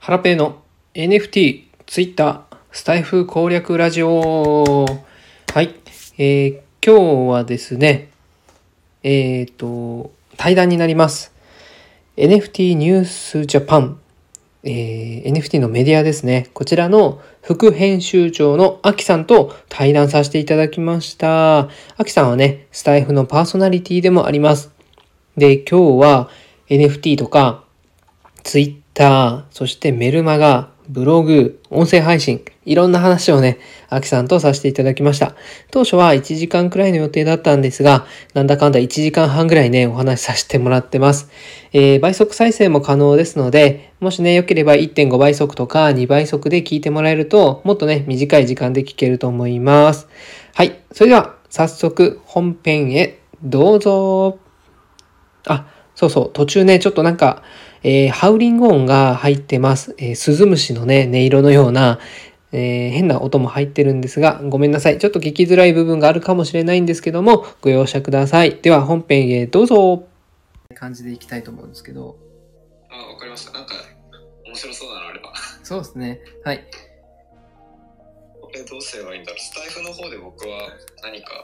ハラペーの NFT、ツイッター、スタイフ攻略ラジオ。はい。今日はですね、対談になります。NFT ニュースジャパン、NFT のメディアですね。こちらの副編集長のアキさんと対談させていただきました。アキさんはね、スタイフのパーソナリティでもあります。で、今日は NFT とか、ツイッター、そしてメルマガ、ブログ、音声配信、いろんな話をね、アキさんとさせていただきました。当初は1時間くらいの予定だったんですが、なんだかんだ1時間半くらいね、お話しさせてもらってます。倍速再生も可能ですので、もしね、良ければ 1.5 倍速とか2倍速で聞いてもらえると、もっとね、短い時間で聞けると思います。はい。それでは、早速本編へどうぞ。そうそう、途中ね、ちょっとハウリング音が入ってます。スズムシのね、音色のような、変な音も入ってるんですが、ごめんなさい。ちょっと聞きづらい部分があるかもしれないんですけども、ご容赦ください。では、本編へどうぞ。感じでいきたいと思うんですけど。 わかりました。なんか、面白そうなのあれば。 そうですね。はい。 これどうすればいいんだろう。スタイフの方で僕は何か。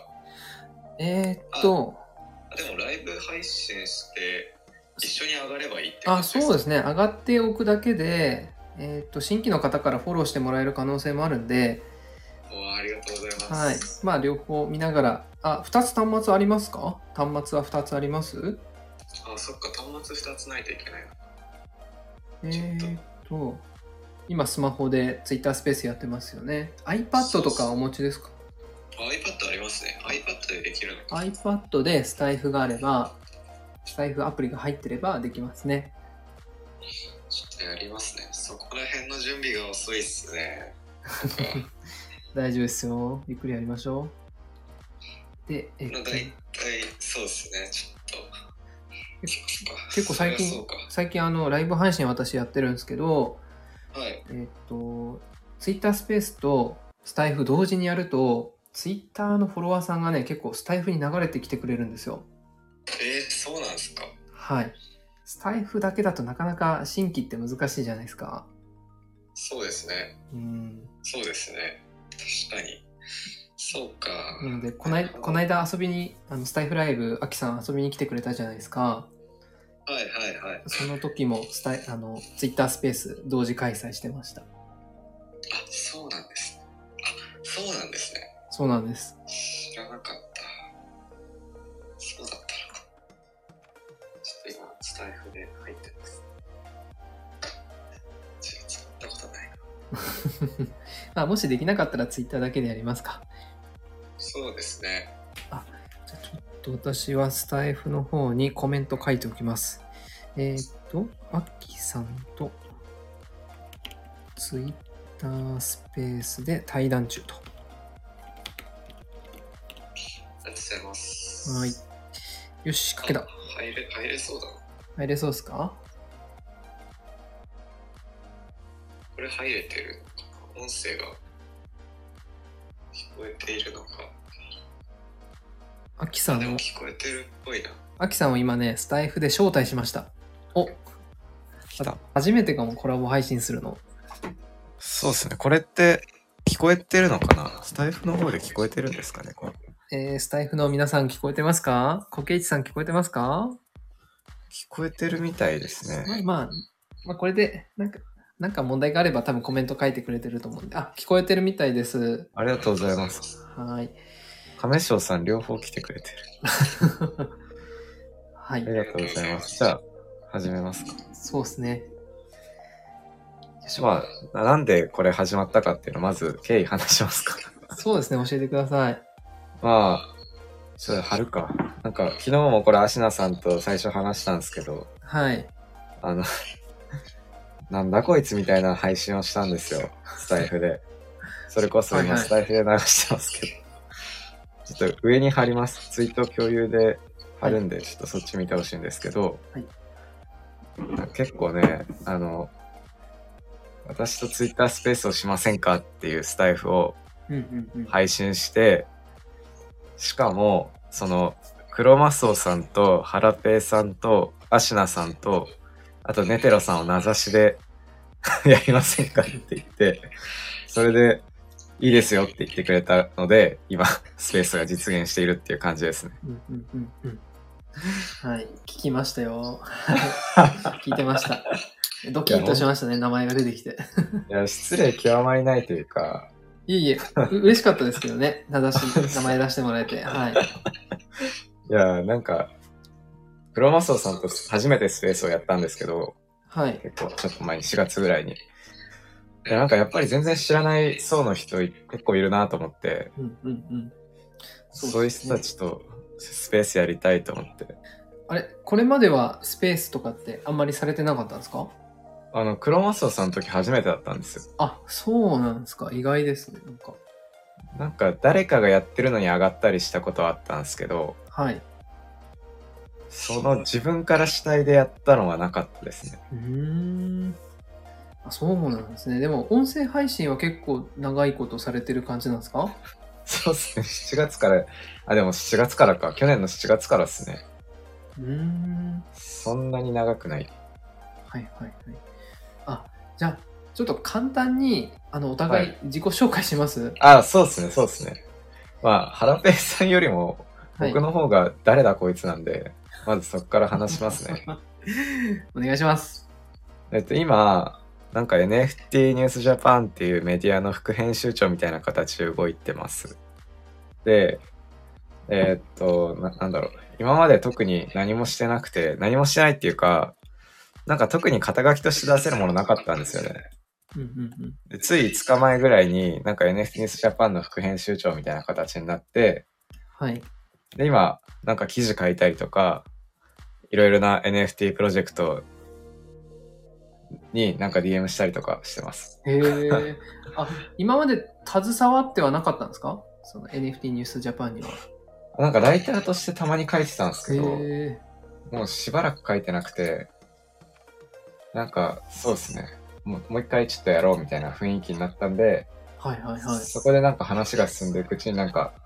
でもライブ配信して一緒に上がればいいって感じですか？ そうですね。上がっておくだけで、新規の方からフォローしてもらえる可能性もあるんで、 ありがとうございます。 はい。両方見ながら、2つ端末ありますか？端末は2つあります？ そっか、端末2つないといけないな。 今スマホで Twitter スペースやってますよね。iPad とかお持ちですか？ iPad ありますね。iPad でできるのか。 iPad でスタイフがあれば、スタイフアプリが入ってればできますね。 ちょっとやりますね。そこら辺の準備が遅いっすね。 大丈夫ですよ。ゆっくりやりましょう。で、 大体そうですね。ちょっと。 結構最近ライブ配信私やってるんですけど、 はい。 Twitter スペースとスタイフ同時にやると、Twitter のフォロワーさんがね、結構スタイフに流れてきてくれるんですよ。 そうなんですか。 はい。スタイフだけだとなかなか新規って難しいじゃないですか。 そうですね。そうですね。確かに。そうか。 なので、この間遊びに、スタイフライブ、アキさん遊びに来てくれたじゃないですか。 はい。 その時もTwitter スペース同時開催してました。 そうなんです。そうなんですね。 そうなんです。 知らなかった。そうだったのか。ちょっと今、スタイフで入ってます。使ったことないな。もしできなかったら Twitter だけでやりますか。 そうですね。 じゃあちょっと私はスタイフの方にコメント書いておきます。アキさんと Twitter スペースで対談中と。 ありがとうございます。 はい。よし、書けた。 入れそうだな。 入れそうですか？ これ入れてるのかな？音声が聞こえているのか。 アキさんでも聞こえてるっぽいな。 アキさんを今ね、スタイフで招待しました。初めてかも、コラボ配信するの。 そうですね。これって聞こえてるのかな？スタイフの方で聞こえてるんですかね、これ。スタイフの皆さん聞こえてますか？コケイチさん聞こえてますか？ 聞こえてるみたいですね。 まあこれでなんか問題があれば多分コメント書いてくれてると思うんで。聞こえてるみたいです。 ありがとうございます。 はい。 亀翔さん両方来てくれてる。 はい。 ありがとうございます。じゃあ、始めますか。 そうですね。 なんでこれ始まったかっていうのをまず経緯話しますか。 そうですね、教えてください。 それ貼るか。昨日もこれアシナさんと最初話したんですけど、 はい。 なんだこいつみたいな配信をしたんですよ、スタイフで。それこそ今スタイフで流してますけど。ちょっと上に貼ります。ツイート共有で貼るんで、ちょっとそっち見てほしいんですけど、結構ね、私とツイッタースペースをしませんかっていうスタイフを配信して、しかも、クロマソウさんとハラペーさんとアシナさんと、あとネテロさんを名指しでやりませんかって言って、それでいいですよって言ってくれたので、今、スペースが実現しているっていう感じですね。 はい、聞きましたよ。聞いてました。ドキッとしましたね、名前が出てきて。 いや、失礼極まりないというか。 いえいえ、嬉しかったですけどね、名前出してもらえて。はい。 いや、なんか、クロマスオさんと初めてスペースをやったんですけど、 はい。 結構ちょっと前に4月ぐらいに。なんかやっぱり全然知らない層の人結構いるなと思って、そういう人たちとスペースやりたいと思って。 あれ、これまではスペースとかってあんまりされてなかったんですか？ クロマスオさんの時初めてだったんですよ。 あ、そうなんですか。意外ですね。 なんか誰かがやってるのに上がったりしたことはあったんですけど、 はい。 その自分から主体でやったのはなかったですね。 あ、そうなんですね。でも音声配信は結構長いことされてる感じなんですか？ そうですね。7月から、でも7月からか。去年の7月からですね。そんなに長くない。 はいはいはい。あ、じゃあ、ちょっと簡単に、お互い自己紹介します？ そうですね、そうですね。まあ、ハラペイさんよりも、僕の方が誰だこいつなんで、まずそこから話しますね。 お願いします。 今、なんか NFT ニュースジャパンっていうメディアの副編集長みたいな形で動いてます。で、なんだろう。今まで特に何もしてなくて、何もしてないっていうか、なんか特に肩書きとして出せるものなかったんですよね。でつい5日前ぐらいになんか NFT ニュースジャパンの副編集長みたいな形になって、 はい。 で、今、なんか記事書いたりとか、いろいろな NFT プロジェクトになんか DM したりとかしてます。 へえ。あ、今まで携わってはなかったんですか？その NFT ニュースジャパンには。 なんかライターとしてたまに書いてたんですけど、もうしばらく書いてなくて、なんかそうですね。もう一回ちょっとやろうみたいな雰囲気になったんで、そこでなんか話が進んでいくうちになんか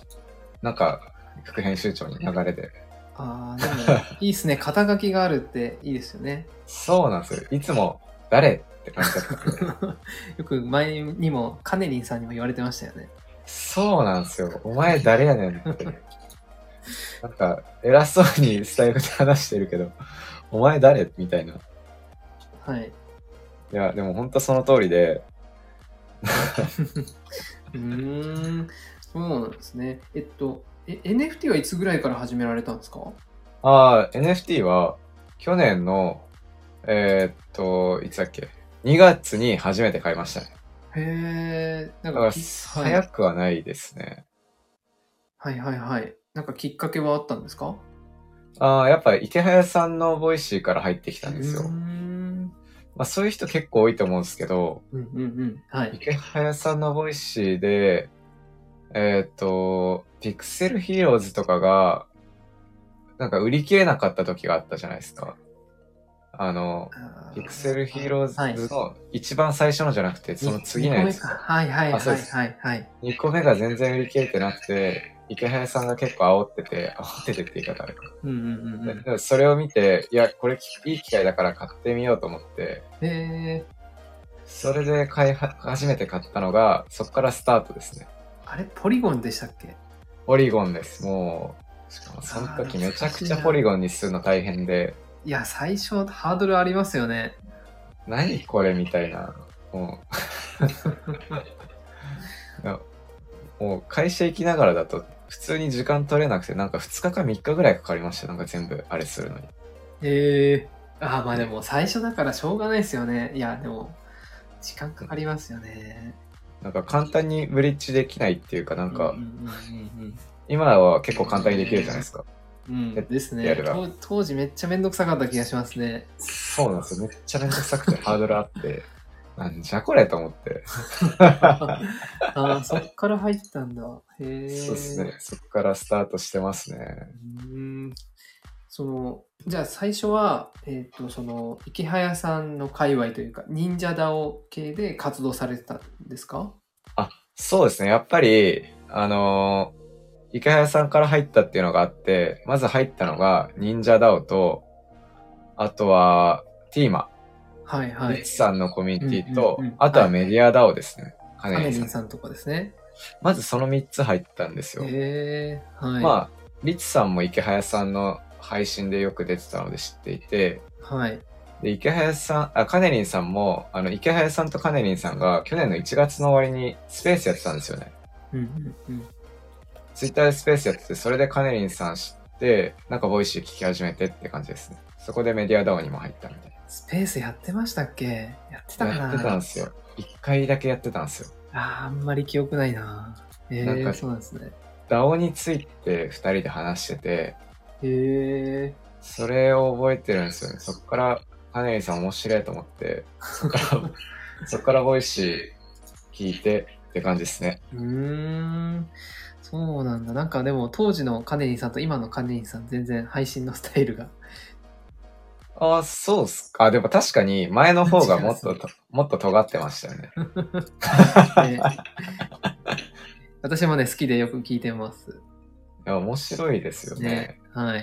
副編集長に流れで。 でもいいっすね。肩書きがあるっていいですよね。 そうなんですよ。いつも誰って感じだった。 よく前にもカネリンさんにも言われてましたよね。 そうなんですよ。お前誰やねんって。なんか偉そうにスタイルで話してるけど、お前誰みたいな。 はい。 いや、でも本当その通りで。 そうなんですね。NFT はいつぐらいから始められたんですか ？NFT は去年の、いつだっけ ?2 月に初めて買いましたね。 へー。 だから早くはないですね。 はいはいはい。なんかきっかけはあったんですか？ やっぱ池早さんのボイシーから入ってきたんですよ。まあそういう人結構多いと思うんですけど、池早さんのボイシーで、ピクセルヒーローズとかが、なんか売り切れなかった時があったじゃないですか。ピクセルヒーローズの一番最初のじゃなくて、その次のやつ。2個目が全然売り切れてなくて、池早さんが結構煽っててって言い方あるか。でそれを見て、いや、これいい機会だから買ってみようと思って、それで初めて買ったのが、そこからスタートですね。 あれ、ポリゴンでしたっけ？ ポリゴンです。もう、しかもその時めちゃくちゃポリゴンにするの大変で。 いや、最初ハードルありますよね。 何これみたいな。もう会社行きながらだと普通に時間取れなくて、なんか2日か3日ぐらいかかりました。なんか全部あれするのに。 まあでも最初だからしょうがないですよね。いや、でも時間かかりますよね。 なんか簡単にブリッジできないっていうか、なんか、今は結構簡単にできるじゃないですか。 ですね。当時めっちゃめんどくさかった気がしますね。 そうなんですよ。めっちゃめんどくさくてハードルあって。なんじゃこれと思って。 そっから入ったんだ。 そうですね。そっからスタートしてますね。 じゃあ最初は、池早さんの界隈というか、忍者ダオ系で活動されてたんですか？ そうですね。やっぱり、池早さんから入ったっていうのがあって、まず入ったのが忍者ダオと、あとはティーマ。 はいはい。 リツさんのコミュニティと、 うんうんうんあとはメディア DAO ですね。カカネネリンさん。 リンさんとかですね。 まずその3つ入ったんですよ。 はい。 まあ、リツさんも池早さんの配信でよく出てたので知っていて、 はい。 で、池早さん、カネリンさんも、池早さんとカネリンさんが去年の1月の終わりにスペースやってたんですよね。 うんうんうん。 ツイッターでスペースやってて、それでカネリンさん知って、なんかボイシー聞き始めてって感じですね。そこでメディア DAO にも入ったみたいな。 スペースやってましたっけ？やってたかな？ やってたんですよ。1回だけやってたんですよ。 あんまり記憶ないな。 なんかそうなんですね。 DAO について2人で話してて、それを覚えてるんですよね。そっからカネリンさん面白いと思って、そっからボイシー聞いてって感じですね。 そうなんだ。なんかでも当時のカネリンさんと今のカネリンさん全然配信のスタイルが。 あ、そうっすか。でも確かに前の方がもっと尖ってましたよね。 私もね、好きでよく聞いてます。 いや、面白いですよね。 はい。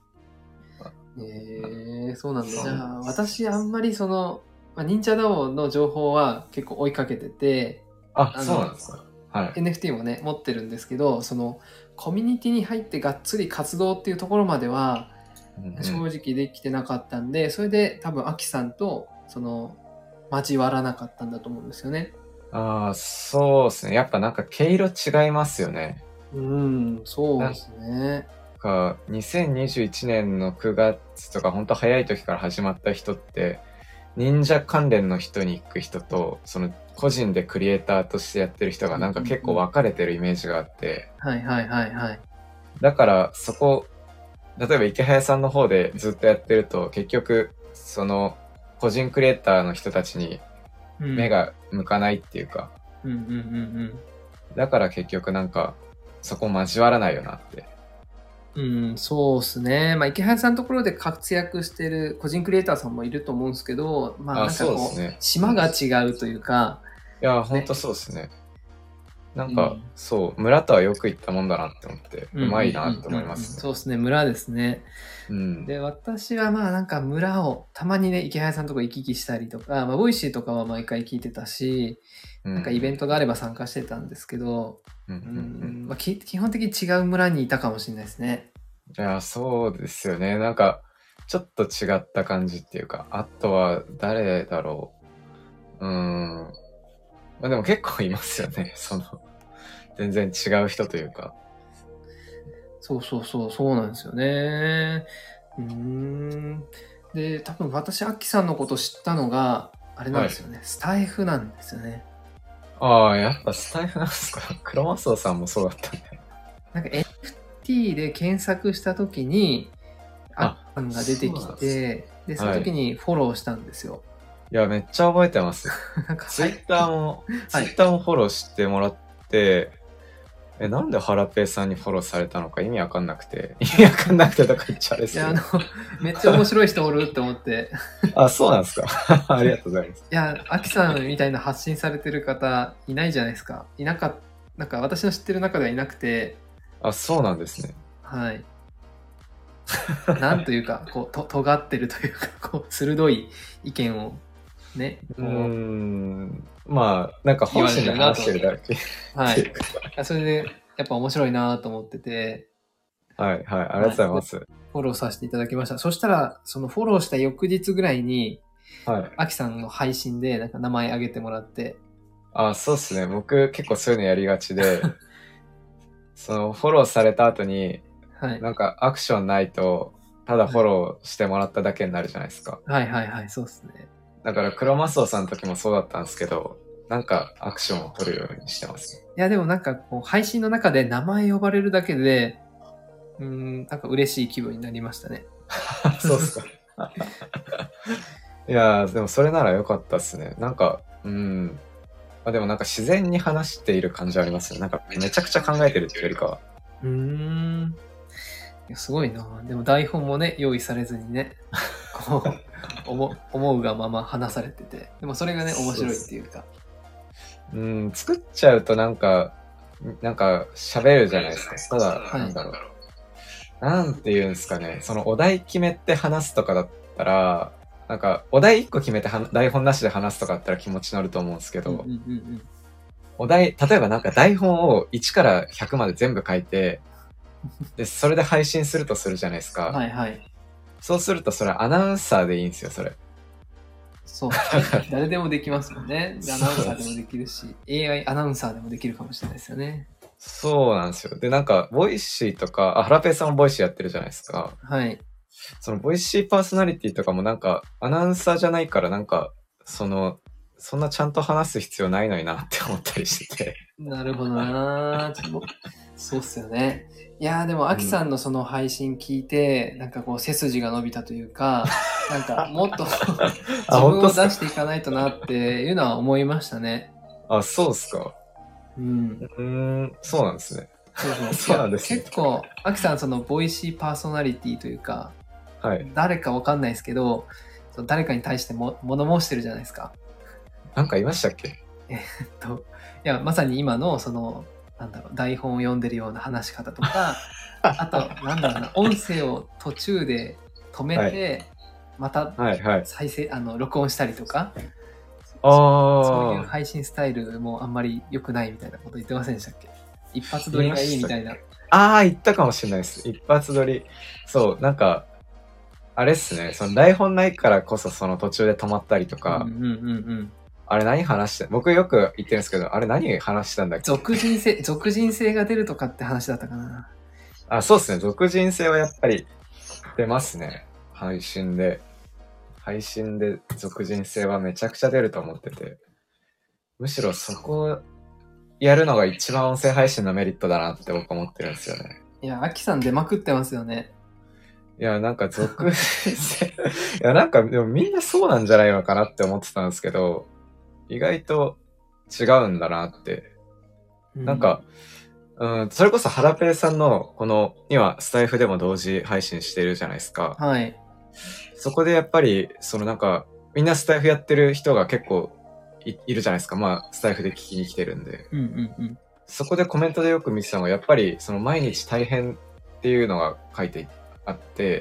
そうなんだ。じゃあ、私あんまり忍者DAOの情報は結構追いかけてて、 そうなんですか。はい。 NFT もね、持ってるんですけど、コミュニティに入ってがっつり活動っていうところまでは、正直できてなかったんで、それで多分アキさんと交わらなかったんだと思うんですよね。 そうですね。やっぱなんか毛色違いますよね。 そうですね。 2021年の9月とか本当早い時から始まった人って忍者関連の人に行く人とその個人でクリエイターとしてやってる人がなんか結構分かれてるイメージがあって、だからそこ例えば池早さんの方でずっとやってると結局その個人クリエイターの人たちに目が向かないっていうか、だから結局なんかそこ交わらないよなって。 そうですね。池原さんのところで活躍してる個人クリエイターさんもいると思うんですけど、なんか島が違うというか。 いや、ほんとそうですね。なんか、村とはよく言ったもんだなって思って、うまいなって思いますね。 そうですね、村ですね。で、私はなんか村をたまにね、池原さんのとこ行き来したりとか、ボイシーとかは毎回聞いてたし、なんかイベントがあれば参加してたんですけど、基本的に違う村にいたかもしれないですね。 いや、そうですよね。なんか、ちょっと違った感じっていうか、あとは誰だろう。でも結構いますよね。全然違う人というか。 そうなんですよね。で、多分私、アッキさんのこと知ったのが、あれなんですよね。スタイフなんですよね。 やっぱスタイフなんですか。クロマスオさんもそうだったんだよ。 なんか NFT で検索したときに、アッキさんが出てきて、で、その時にフォローしたんですよ。 いや、めっちゃ覚えてます。ツイッターもフォローしてもらって、なんでハラペイさんにフォローされたのか意味わかんなくてとか言っちゃあれですけど。 いや、めっちゃ面白い人おるって思って。 そうなんですか。ありがとうございます。 いや、アキさんみたいな発信されてる方いないじゃないですか。なんか私の知ってる中ではいなくて。 そうなんですね。 はい。なんというか、尖ってるというか、鋭い意見をね。 なんか本心で話してるだけ。 はい。それで、やっぱ面白いなと思ってて。 ありがとうございます。 フォローさせていただきました。そしたら、そのフォローした翌日ぐらいに、アキさんの配信でなんか名前挙げてもらって。 そうっすね。僕結構そういうのやりがちで、フォローされた後に、なんかアクションないと、ただフォローしてもらっただけになるじゃないですか。 そうっすね。 だからクロマスオさんの時もそうだったんですけど、なんかアクションを取るようにしてます。 いやでもなんか配信の中で名前呼ばれるだけで、なんか嬉しい気分になりましたね。 そうっすか。いやでもそれなら良かったっすね。なんか、でもなんか自然に話している感じありますよ。なんかめちゃくちゃ考えてるっていうよりかは。 いやすごいな。でも台本もね、用意されずにね、思うがまま話されてて、でもそれがね、面白いっていうか。 作っちゃうとなんか喋るじゃないですか。ただ、なんだろう。なんて言うんですかね。そのお題決めて話すとかだったら、 なんか、お題1個決めて台本なしで話すとかだったら気持ち乗ると思うんですけど、 うんうんうんうん。 お題、例えばなんか台本を1から100まで全部書いて、で、それで配信するとするじゃないですか。 はいはい。 そうすると、それアナウンサーでいいんですよ、それ。 そう。誰でもできますもんね。アナウンサーでもできるし、AI アナウンサーでもできるかもしれないですよね。 そうなんですよ。で、なんか、ボイシーとか、ハラペーさんもボイシーやってるじゃないですか。 はい。 そのボイシーパーソナリティとかもなんか、アナウンサーじゃないからなんか、そんなちゃんと話す必要ないのになって思ったりしてて。 なるほどなそうっすよね。いやーでも、アキさんのその配信聞いて、なんかこう背筋が伸びたというか、なんかもっと自分を出していかないとなっていうのは思いましたね。 あ、そうっすか。 うん。 そうなんですね。 そうそう。 そうなんですね。 結構、アキさんそのボイシーパーソナリティというか、 はい。 誰かわかんないですけど、誰かに対しても物申してるじゃないですか。 なんかいましたっけ？ いや、まさに今のその、なんだろう、台本を読んでるような話し方とか、あと、なんだろうな、音声を途中で止めて、またはいはい。 再生、録音したりとか、 あそういうあ、 配信スタイルもあんまり良くないみたいなこと言ってませんでしたっけ？一発撮りがいいみたいな。 ああ、言ったかもしれないです。一発撮り。そう、なんか、あれっすね。その台本ないからこそその途中で止まったりとか、 うんうんうんうん。 あれ何話して僕よく言ってるんですけど、あれ何話したんだっけ？ 俗人性が出るとかって話だったかな。 あ、そうっすね。俗人性はやっぱり出ますね。配信で俗人性はめちゃくちゃ出ると思ってて。むしろそこをやるのが一番音声配信のメリットだなって僕思ってるんですよね。 いや、アキさん出まくってますよね。 いや、なんか俗人性、いや、なんかでもみんなそうなんじゃないのかなって思ってたんですけど、意外と違うんだなって。なんか、それこそハラペーさんの、今、スタイフでも同時配信してるじゃないですか。 はい。 そこでやっぱり、みんなスタイフやってる人が結構いるじゃないですか。まあ、スタイフで聞きに来てるんで。 うんうんうん。 そこでコメントでよく見てたのが、やっぱり、毎日大変っていうのが書いてあって、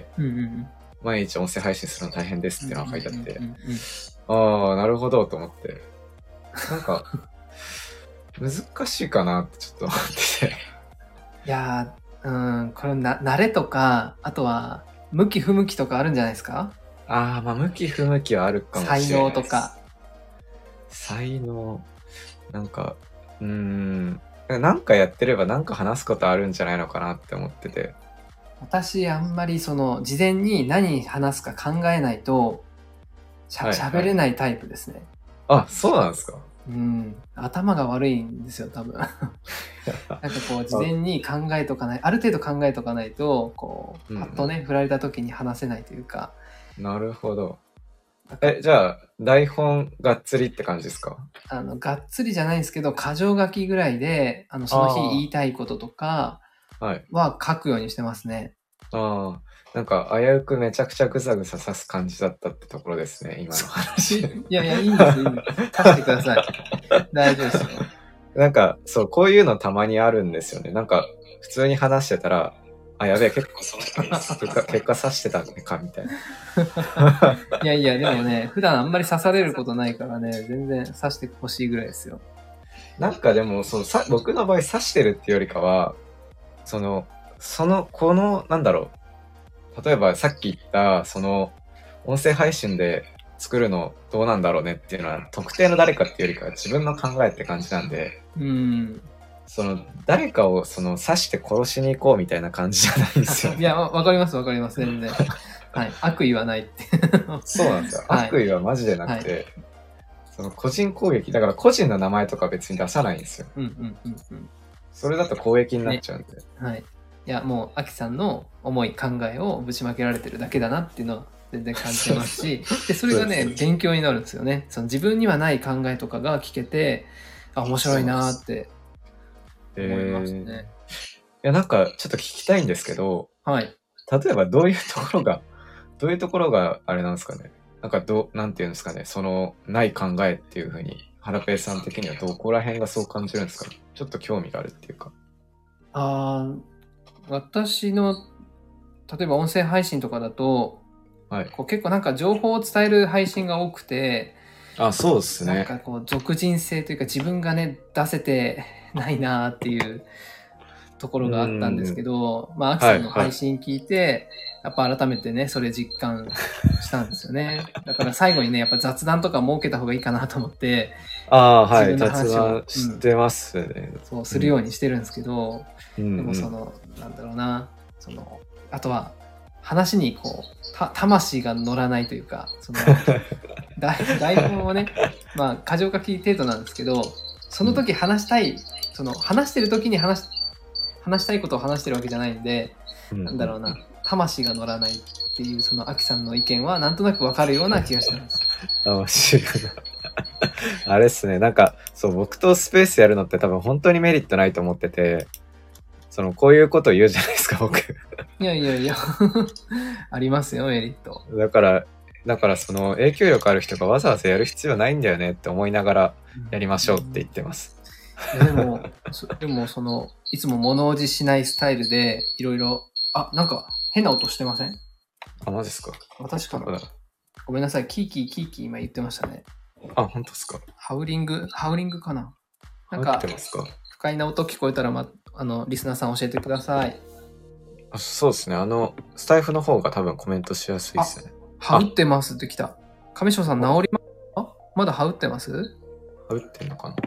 うんうんうん。 毎日音声配信するの大変ですっていうのが書いてあって、 うんうんうんうん、 ああ、なるほどと思って。なんか、難しいかなってちょっと思ってて。 いやー、これ慣れとか、あとは、向き不向きとかあるんじゃないですか？ ああ、まあ、向き不向きはあるかもしれない。 才能とか。 才能。なんか、なんかやってればなんか話すことあるんじゃないのかなって思ってて。 私、あんまり事前に何話すか考えないと、喋れないタイプですね。 あ、そうなんですか？ 頭が悪いんですよ、多分。なんかこう、事前に考えとかない、ある程度考えとかないと、こう、パッとね、振られた時に話せないというか。 なるほど。じゃあ、台本がっつりって感じですか？ がっつりじゃないんですけど、箇条書きぐらいで、その日言いたいこととかは書くようにしてますね。 ああ、なんか危うくめちゃくちゃぐさぐさ刺す感じだったってところですね、今の話。 いやいや、いいんです、いいんです。刺してください。大丈夫ですよ。 なんか、そう、こういうのたまにあるんですよね。なんか、普通に話してたら、あ、やべえ、結構結果刺してたねか、みたいな。 いやいや、でもね、普段あんまり刺されることないからね、全然刺してほしいぐらいですよ。 なんかでも、僕の場合刺してるっていうよりかは、なんだろう。例えばさっき言った、音声配信で作るのどうなんだろうねっていうのは、特定の誰かっていうよりかは自分の考えって感じなんで、誰かを刺して殺しに行こうみたいな感じじゃないんですよ、ね。 いや、わかります、わかります、全然。はい。悪意はないって。 そうなんですよ。悪意はマジでなくて、個人攻撃、だから個人の名前とか別に出さないんですよ。それだと攻撃になっちゃうんで。 ね、はい。いや、もう、アキさんの思い、考えをぶちまけられてるだけだなっていうのは全然感じてますし、で、それがね、勉強になるんですよね。自分にはない考えとかが聞けて、あ、面白いなーって思いますね。 いや、なんか、ちょっと聞きたいんですけど、 はい。 例えばどういうところがあれなんですかね。なんかなんていうんですかね。ない考えっていう風に、ハラペイさん的にはどこら辺がそう感じるんですか？ちょっと興味があるっていうか。 私の、例えば音声配信とかだと、 はい。 こう結構なんか情報を伝える配信が多くて、 あ、そうですなんね。 かこう俗人性というか自分がね出せてないなっていうところがあったんですけど、まあアキさんの配信聞いて、やっぱ改めてねそれ実感したんですよね。だから最後にねやっぱ雑談とか設けた方がいいかなと思って、 はい。 自分の話雑を談してますね。 そうするようにしてるんですけど、 うんでもそのなんだろうな、そのあとは話にこう魂が乗らないというか、その台本をね、まあ箇条書き程度なんですけど、その時話したい、その話してる時に話したいことを話してるわけじゃないんで、なんだろうな、魂が乗らないっていうそのアキさんの意見はなんとなくわかるような気がしてます。 面白いな。あれっすね、なんかそう僕とスペースやるのって多分本当にメリットないと思ってて、そのこういうことを言うじゃないですか僕。 いやありますよメリット。 だからその影響力ある人がわざわざやる必要ないんだよねって思いながらやりましょうって言ってます。 でもそのいつも物おじしないスタイルでいろいろ、なんか変な音してません？ マジですか？ 私かな？ごめんなさい、キーキー今言ってましたね。 本当ですか？ハウリングかな？なんか不快な音聞こえたら、リスナーさん教えてください。 そうですね、スタイフの方が多分コメントしやすいですね。 ハウってますって来た。上昇さん治りますか？まだハウってます？ ハウってんのかな？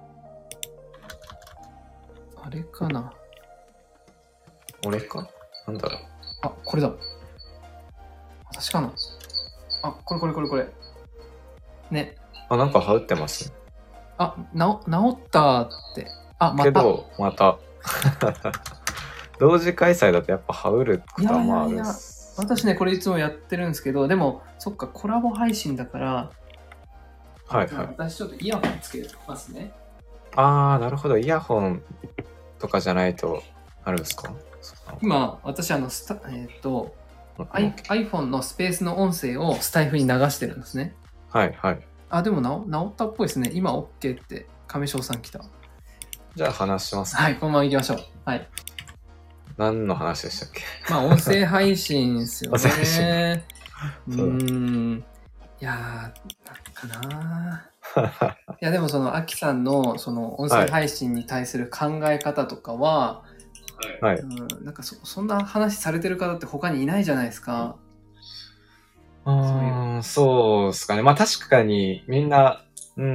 あれかな？ 俺か？なんだろう。 これだ。私かな？これ。ね。 なんかハウってますね。 治ったって。 けど、また。同時開催だとやっぱハウることはまああるっす。 私ね、これいつもやってるんですけど、でも、そっか、コラボ配信だから、私ちょっとイヤホンつけますね。 なるほど。イヤホンとかじゃないとあるんですか？ 今、私iPhone のスペースの音声をスタイフに流してるんですね。 はい。 でも治ったっぽいですね。今 OK って上昇さん来た。 じゃあ話します、 ね。はい、このまま行きましょう。はい。 何の話でしたっけ？ 音声配信ですよね。いやなんかないやでもそのアキさんのその音声配信に対する考え方とかは、なんかそんな話されてる方って他にいないじゃないですか。 そうですかね。確かにみんな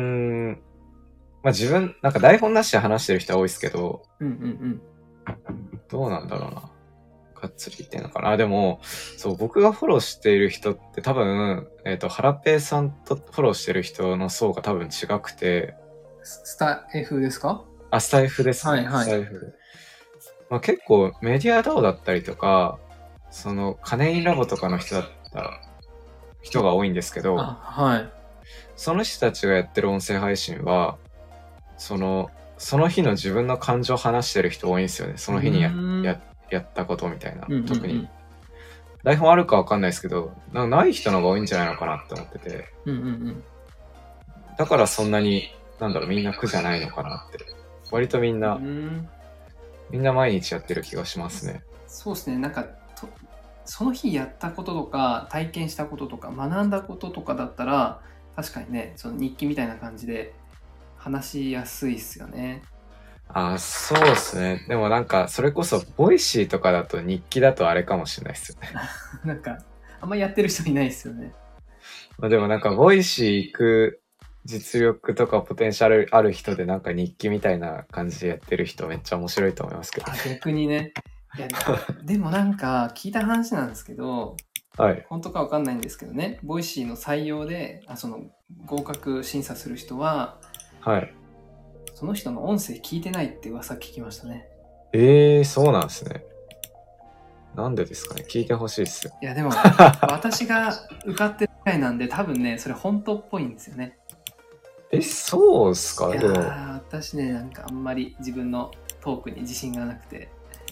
自分なんか台本なしで話してる人は多いですけど、どうなんだろうな。がっつり言ってんのかな。でも、そう、僕がフォローしている人って多分、ハラペーさんとフォローしてる人の層が多分違くて。 スタイフですか？ スタイフですね。スタイフで。結構メディアDAOだったりとか、その、カネインラボとかの人が多いんですけど、その人たちがやってる音声配信は、その日の自分の感情を話してる人多いんですよね。その日にやったことみたいな、特に台本あるかわかんないですけど、ない人の方が多いんじゃないのかなって思ってて、だからそんなにみんな苦じゃないのかなって、割とみんな毎日やってる気がしますね。 そうですね。なんかその日やったこととか体験したこととか学んだこととかだったら確かにね、その日記みたいな感じで話しやすいっすよね。 そうですね。でもそれこそボイシーとかだと日記だとあれかもしれないですよね。 なんかあんまやってる人いないですよね。 でもボイシー行く実力とかポテンシャルある人で日記みたいな感じでやってる人めっちゃ面白いと思いますけど。 逆にね。いやでも聞いた話なんですけど、本当かわかんないんですけどね、ボイシーの採用でその合格審査する人は、その人の音声聞いてないって噂聞きましたね。 そうなんですね。なんでですかね。聞いてほしいですよ。 いやでも私が受かってるくらいなんで多分ねそれ本当っぽいんですよね。 そうっすか？ いや私ねあんまり自分のトークに自信がなくて。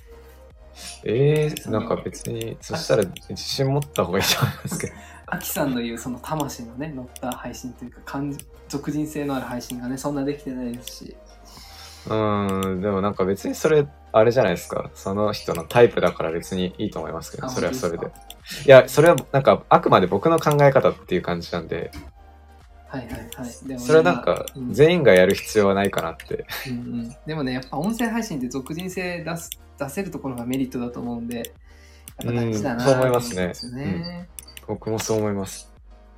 別にそしたら自信持った方がいいと思いますけど。 アキさんの言うその魂のね乗った配信というか俗人性のある配信がねそんなできてないですし。 でもなんか別にそれ、あれじゃないですか。その人のタイプだから別にいいと思いますけど、 あそれはそれで。 本いや、それはなんかあくまで僕の考え方っていう感じなんで、 はいはいはい。でもねそれはなんか全員がやる必要はないかなって。 でもね、やっぱ音声配信って属人性出せるところがメリットだと思うんで、やっぱ大事だなそう思いますねと思うんですよね。 僕もそう思います。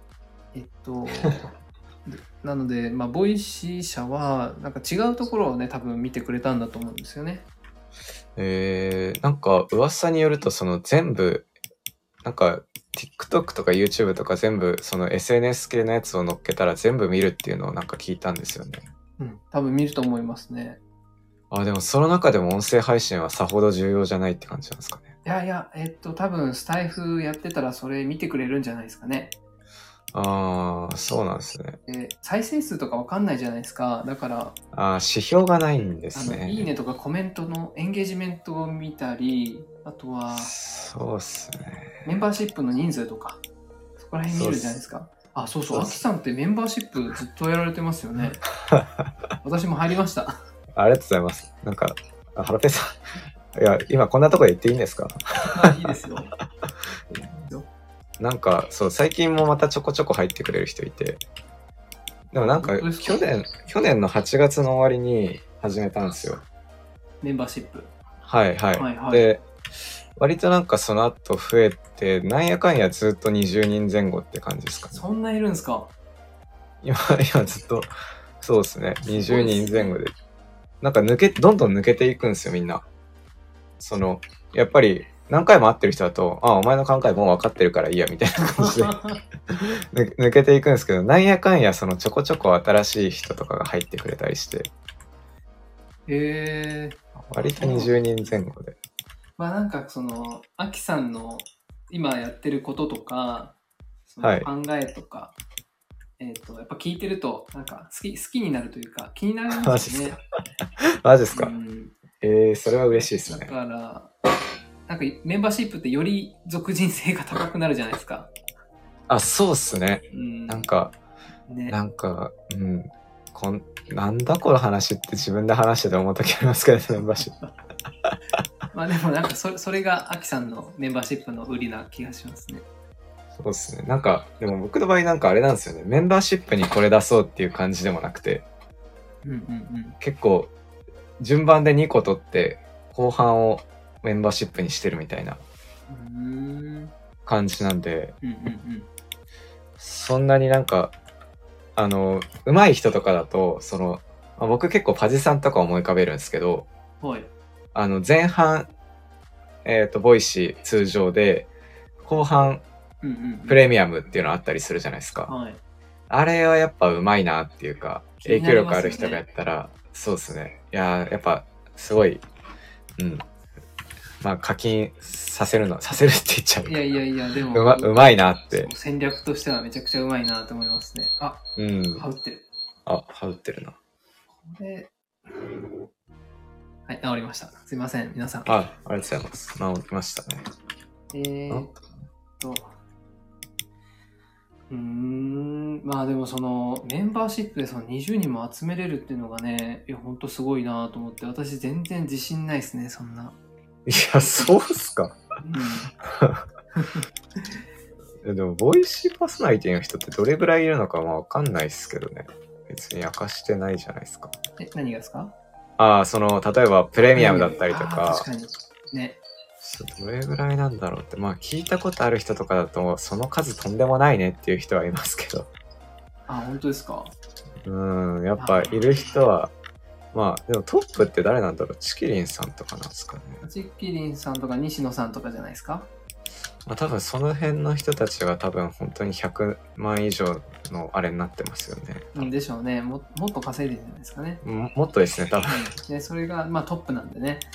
なので、ボイシー社はなんか違うところをね、多分見てくれたんだと思うんですよね。 なんか噂によるとその全部、なんか TikTok とか YouTube とか全部その SNS 系のやつを乗っけたら全部見るっていうのをなんか聞いたんですよね。 多分見ると思いますね。 でもその中でも音声配信はさほど重要じゃないって感じなんですかね。 いや、多分スタイフやってたらそれ見てくれるんじゃないですかね。 そうなんですね。 再生数とかわかんないじゃないですか。だから、 指標がないんですね。 いいねとかコメントのエンゲージメントを見たり、あとは、 そうっすね。 メンバーシップの人数とか、そこら辺見るじゃないですか。そうそう、アキさんってメンバーシップずっとやられてますよね。私も入りました。 ありがとうございます。なんか、ハラペさん。いや、今こんなとこで言っていいんですか？ いいですよ。 なんか、そう、最近もまたちょこちょこ入ってくれる人いて。でもなんか、去年の8月の終わりに始めたんですよ。 メンバーシップ。 はいはい。で、割となんかその後増えて、なんやかんやずっと20人前後って感じですかね。 そんないるんですか？ 今ずっと、そうですね、20人前後で。なんかどんどん抜けていくんですよ、みんな。やっぱり、何回も会ってる人だと、お前の考えもう分かってるからいいや、みたいな感じで抜けていくんですけど、なんやかんやそのちょこちょこ新しい人とかが入ってくれたりして。割と20人前後で。 なんかアキさんの今やってることとか、その考えとか、やっぱ聞いてると、なんか好きになるというか、気になりますね。 マジですか？それは嬉しいですね。 だから、なんかメンバーシップってより属人性が高くなるじゃないですか。 そうっすね。なんか、なんだこの話って自分で話してて思った時ありますけどね、メンバーシップ。 でもなんかそれがアキさんのメンバーシップの売りな気がしますね。 そうですね。なんか、でも僕の場合なんかあれなんですよね。メンバーシップにこれ出そうっていう感じでもなくて、結構、順番で2個取って、後半をメンバーシップにしてるみたいな感じなんで、そんなになんか、上手い人とかだと、僕結構パジさんとか思い浮かべるんですけど、前半、ボイシー通常で、後半、プレミアムっていうのあったりするじゃないですか。あれはやっぱ上手いなっていうか、影響力ある人がやったら、そうですね。いややっぱすごい、課金させるって言っちゃう。 いや、でもうまいなって。 戦略としてはめちゃくちゃうまいなと思いますね。羽打ってる。 羽打ってるな。 はい、治りました。すいません、皆さん。 ありがとうございます。治りましたね。 でもメンバーシップで20人も集めれるっていうのがね、ほんとすごいなと思って、私全然自信ないですね、そんな。 いや、そうっすか。でも、ボイシーパーソナリティの人ってどれぐらいいるのかわかんないっすけどね。別に明かしてないじゃないですか。 何がですか？ 例えばプレミアムだったりとか。 確かに。ね。 どれぐらいなんだろうって。聞いたことある人とかだと、その数とんでもないねっていう人はいますけど。 本当ですか？ やっぱいる人は、でもトップって誰なんだろう？チキリンさんとかなんですかね。 チキリンさんとか西野さんとかじゃないですか？ 多分その辺の人たちが多分本当に100万以上のあれになってますよね。 でしょうね。もっと稼いでるんじゃないですかね。 もっとですね、多分。 それがトップなんでね。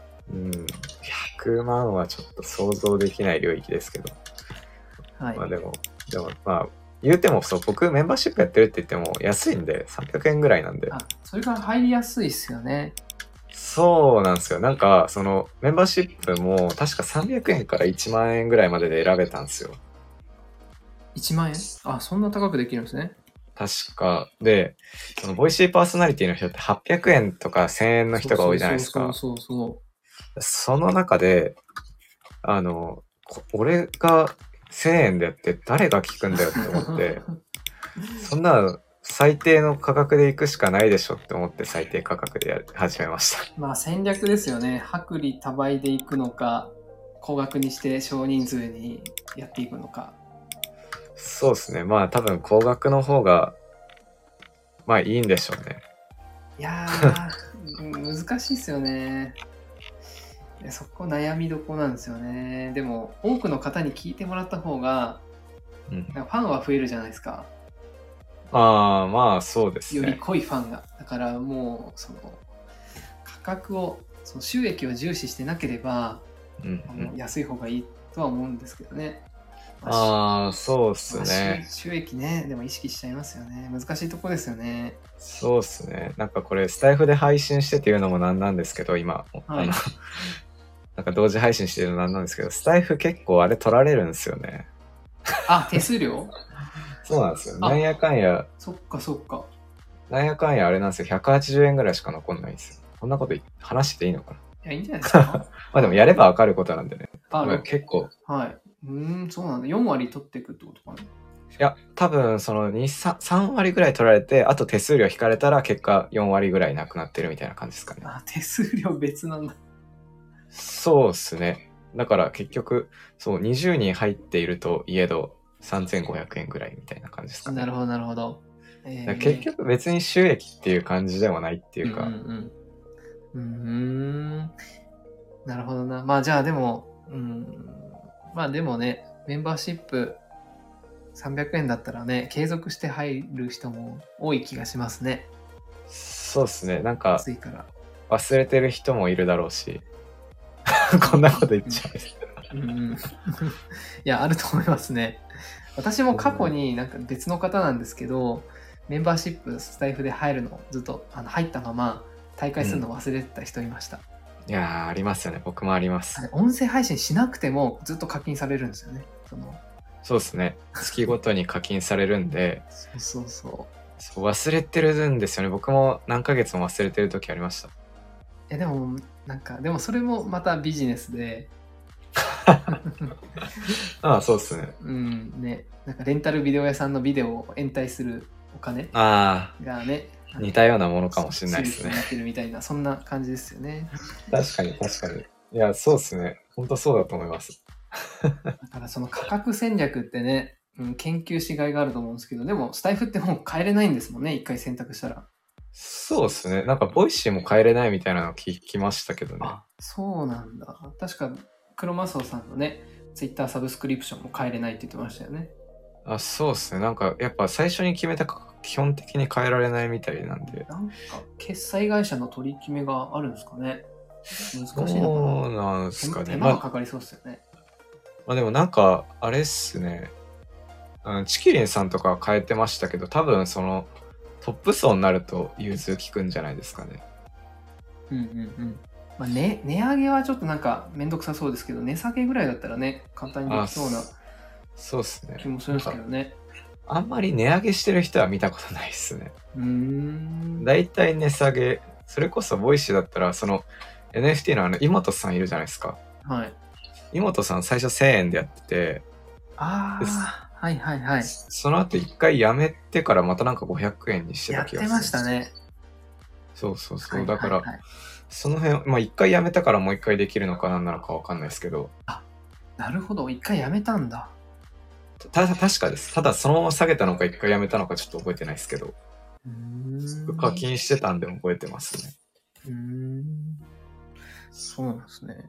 100万はちょっと想像できない領域ですけど。でも言うても僕メンバーシップやってるって言っても安いんで300円ぐらいなんで。 それから入りやすいっすよね。 そうなんですよ。なんかメンバーシップも確か300円から1万円ぐらいまでで選べたんですよ。 1万円？そんな高くできるんですね。 確か。で、そのボイシーパーソナリティの人って800円とか1000円の人が多いじゃないですか。その中で、俺が1000円でやって誰が聞くんだよって思って、そんな最低の価格で行くしかないでしょって思って最低価格でやり始めました。 まあ戦略ですよね。薄利多売で行くのか、高額にして少人数にやっていくのか。 そうですね。まあ多分高額の方がまあいいんでしょうね。 いやー難しいですよね。そこ悩みどこなんですよね。でも多くの方に聞いてもらった方が、ファンは増えるじゃないですか。 ああ、まあそうですね。 より濃いファンが。だからもうその価格を、その収益を重視してなければ、安い方がいいとは思うんですけどね。 そうっすね。 収益ね、でも意識しちゃいますよね。難しいとこですよね。 そうっすね。なんかこれスタイフで配信してっていうのもなんなんですけど、今、なんか同時配信してるのなんなんですけど、スタイフ結構あれ取られるんですよね。 手数料そうなんですよ。なんやかんや。 そっか。 なんやかんやあれなんですよ。180円ぐらいしか残んないんですよ。こんなこと話していいのかな。 いや、いいんじゃないですか。 まあでもやればわかることなんでね。結構。 はい。そうなんだ。4割取っていくってことかな。 いや、多分その3割ぐらい取られて、あと手数料引かれたら結果4割ぐらいなくなってるみたいな感じですかね。 手数料別なんだ。 そうっすね。だから結局、そう、20人入っているといえど、3500円ぐらいみたいな感じですかね。 なるほど。 結局別に収益っていう感じでもないっていうか。 なるほどな。まあじゃあでも、まあでもね、メンバーシップ300円だったらね、継続して入る人も多い気がしますね。 そうですね。なんか、 安いから忘れてる人もいるだろうし。こんなこと言っちゃう。 いや、あると思いますね。私も過去になんか別の方なんですけど、メンバーシップスタイフで入るのをずっと入ったまま大会するの忘れてた人いました。 いやー、ありますよね。僕もあります。 音声配信しなくてもずっと課金されるんですよね。 そうですね。月ごとに課金されるんで。 そう忘れてるんですよね。僕も何ヶ月も忘れてる時ありました。いやでもでもそれもまたビジネスでそうっすね。 ね、なんかレンタルビデオ屋さんのビデオを延滞するお金がね、 似たようなものかもしれないですね。 なってるみたいな、そんな感じですよね。 確かに。いや、そうっすね。本当そうだと思います。 だからその価格戦略ってね、研究しがいがあると思うんですけど、でもスタイフってもう変えれないんですもんね、一回選択したら。 そうっすね。なんかボイシーも変えれないみたいなの聞きましたけどね。 そうなんだ。確かクロマスオさんのね、ツイッターサブスクリプションも変えれないって言ってましたよね。 そうっすね。なんかやっぱ最初に決めた基本的に変えられないみたいなんで。 なんか決済会社の取り決めがあるんですかね。難しいのかな。 そうなんすかね。 手間がかかりそうっすよね。 まあでもなんかあれっすね。チキリンさんとかは変えてましたけど、多分そのトップ層になると融通きくんじゃないですかね。 まあ値上げはちょっとなんかめんどくさそうですけど、値下げぐらいだったらね、簡単にできそうなそうっすね。 気もするんですけどね。 あんまり値上げしてる人は見たことないっすね。だいたい値下げ、それこそボイシーだったらその NFT の井本さんいるじゃないですか。 はい。 井本さん最初1000円でやってて、 はい。 その後一回やめてからまたなんか500円にしてた気がする。 やってましたね。 そう。だから、その辺、まあ一回やめたからもう一回できるのかなんなのかわかんないですけど。 なるほど。一回やめたんだ。 確かです。ただそのまま下げたのか一回やめたのかちょっと覚えてないですけど。課金してたんで覚えてますね。 そうなんですね。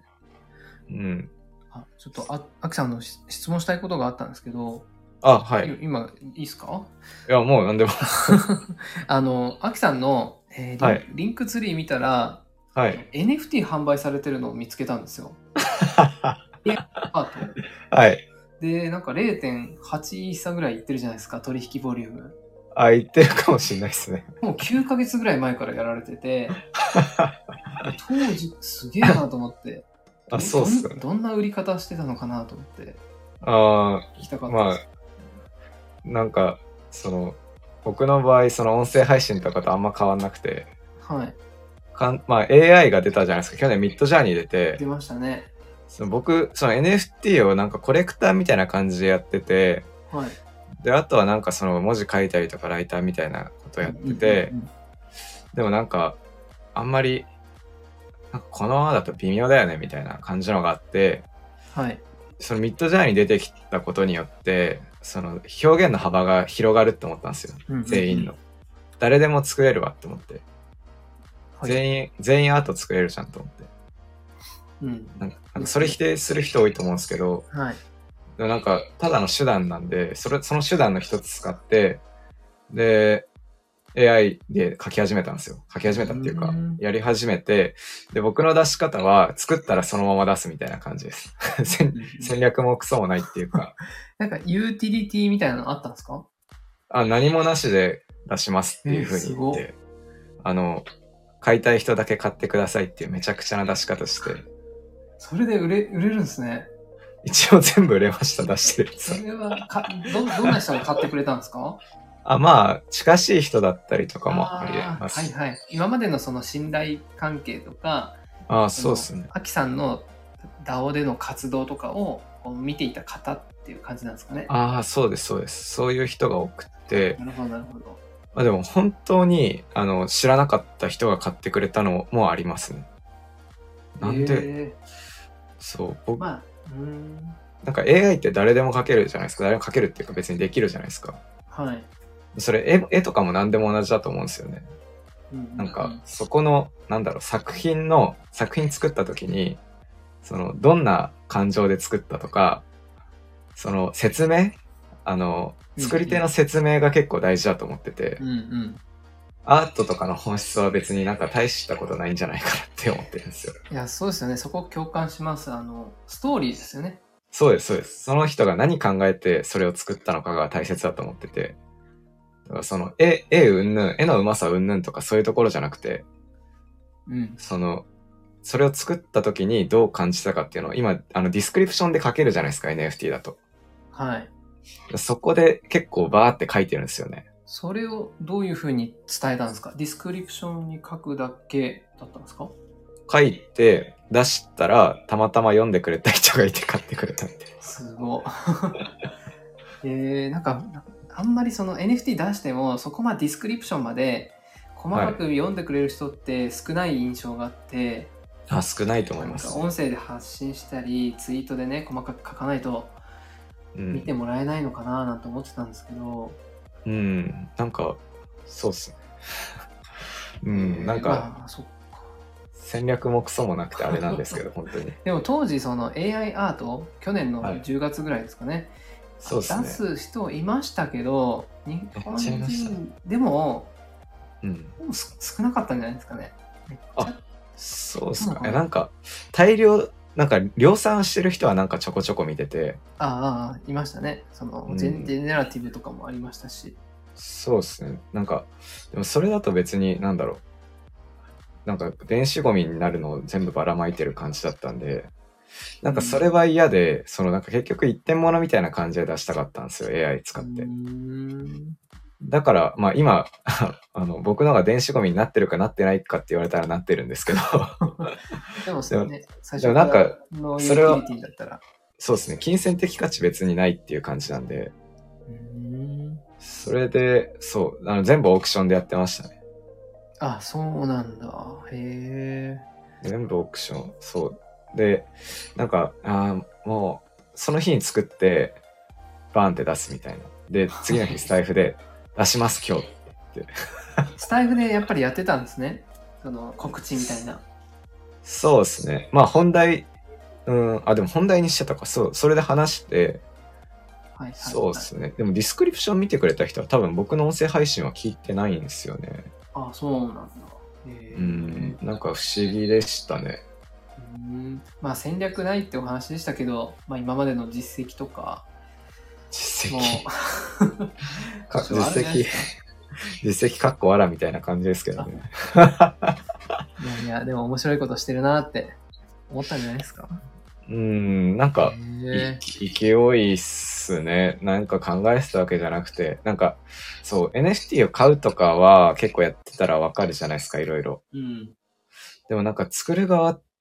ちょっとアキさんの質問したいことがあったんですけど。 はい。 今いいですか？ いや、もう何でも。 アキさんの、リンクツリー見たら、NFT 販売されてるのを見つけたんですよ。 はい。 で、なんか 0.8 イーサぐらいいってるじゃないですか、取引ボリューム。 いってるかもしれないですね。 もう9ヶ月ぐらい前からやられてて、当時すげえなと思って。 そうっすね。 どんな売り方してたのかなと思って。 聞きたかったです。なんか、 僕の場合その音声配信とかとあんま変わんなくて、 はい。 まあ AI が出たじゃないですか。去年ミッドジャーニー出て、 出ましたね。 僕その NFT をなんかコレクターみたいな感じでやってて、 はい。 であとはなんかその文字書いたりとかライターみたいなことやってて、でもなんかあんまりなんかこのままだと微妙だよねみたいな感じのがあって、 はい。 そのミッドジャーニーに出てきたことによってその表現の幅が広がるって思ったんですよ、全員の。誰でも作れるわって思って、はい、全員アート作れるじゃんと思って、なんかそれ否定する人多いと思うんですけど、はい、でもなんかただの手段なんで、その手段の一つ使ってで AI で書き始めたんですよ。書き始めたっていうかやり始めて、で僕の出し方は作ったらそのまま出すみたいな感じです戦略もクソもないっていうかなんかユーティリティみたいなのあったんですか？ 何もなしで出しますっていう風に言って、買いたい人だけ買ってくださいっていうめちゃくちゃな出し方して。 それで売れるんですね。 一応全部売れました、出してるやつ。 それはどんな人が買ってくれたんですか？ まあ近しい人だったりとかもあります。 はいはい。今までのその信頼関係とか、 そうですね。 アキさんの DAO での活動とかを見ていた方っていう感じなんですかね。 そうですそうです。そういう人が多くて。 なるほどなるほど。 でも本当に知らなかった人が買ってくれたのもありますね。なんで、そう僕、なんか AI って誰でも描けるじゃないですか。誰でも描けるっていうか別にできるじゃないですか。 はい。 それ絵とかも何でも同じだと思うんですよね。なんかそこの作品作った時にそのどんな感情で作ったとか、その説明作り手の説明が結構大事だと思ってて、アートとかの本質は別になんか大したことないんじゃないかなって思ってるんですよ。 いや、そうですよね。そこ共感します。ストーリーですよね。 そうですそうです。その人が何考えてそれを作ったのかが大切だと思ってて、だからその絵のうまさうんぬんとかそういうところじゃなくて、それを作った時にどう感じたかっていうのを今ディスクリプションで書けるじゃないですか、 NFT だと。はい。そこで結構バーって書いてるんですよね。 それをどういうふうに伝えたんですか？ディスクリプションに書くだけだったんですか？ 書いて出したらたまたま読んでくれた人がいて買ってくれたみたいな。 すごい。なんかあんまりその NFT 出してもそこまでディスクリプションまで細かく読んでくれる人って少ない印象があって、 少ないと思います。 なんか音声で発信したりツイートでね細かく書かないと見てもらえないのかななんて思ってたんですけど、 なんかそうっすねなんか、そっか、戦略もクソもなくてあれなんですけど本当にでも当時その AI アート去年の10月ぐらいですかね、そうですね、出す人いましたけど日本人でも、少なかったんじゃないですかね。 そうっすかね。なんか大量なんか量産してる人はなんかちょこちょこ見てて、 いましたね。そのジェネラティブとかもありましたし。 そうですね。なんかでもそれだと別になんか電子ゴミになるのを全部ばらまいてる感じだったんで、なんかそれは嫌で、なんか結局一点物みたいな感じで出したかったんですよ、AI 使って。だからまあ今僕のが電子ゴミになってるかなってないかって言われたらなってるんですけどでもそうね、最初からのユーティリティだったら、 そうですね、金銭的価値別にないっていう感じなんで、それで全部オークションでやってましたね。 そうなんだ。へえ。全部オークション。そうで、なんかもうその日に作ってバーンって出すみたいな。で次の日スタイフで出します今日ってスタイフでやっぱりやってたんですね、その告知みたいな。 そうですね。まあ本題でも本題にしてたか。それで話して、そうですね。でもディスクリプション見てくれた人は多分僕の音声配信は聞いてないんですよね。 そうなんだ。 なんか不思議でしたね。 まあ戦略ないってお話でしたけど、まあ今までの実績とか実績かっこわらみたいな感じですけどねいやでも面白いことしてるなって思ったんじゃないですか。 なんか勢いっすすね。なんか考えてたわけじゃなくて、なんか、そう、NFT を買うとかは結構やってたらわかるじゃないですか、いろいろ。 うん。 でもなんか作る側って、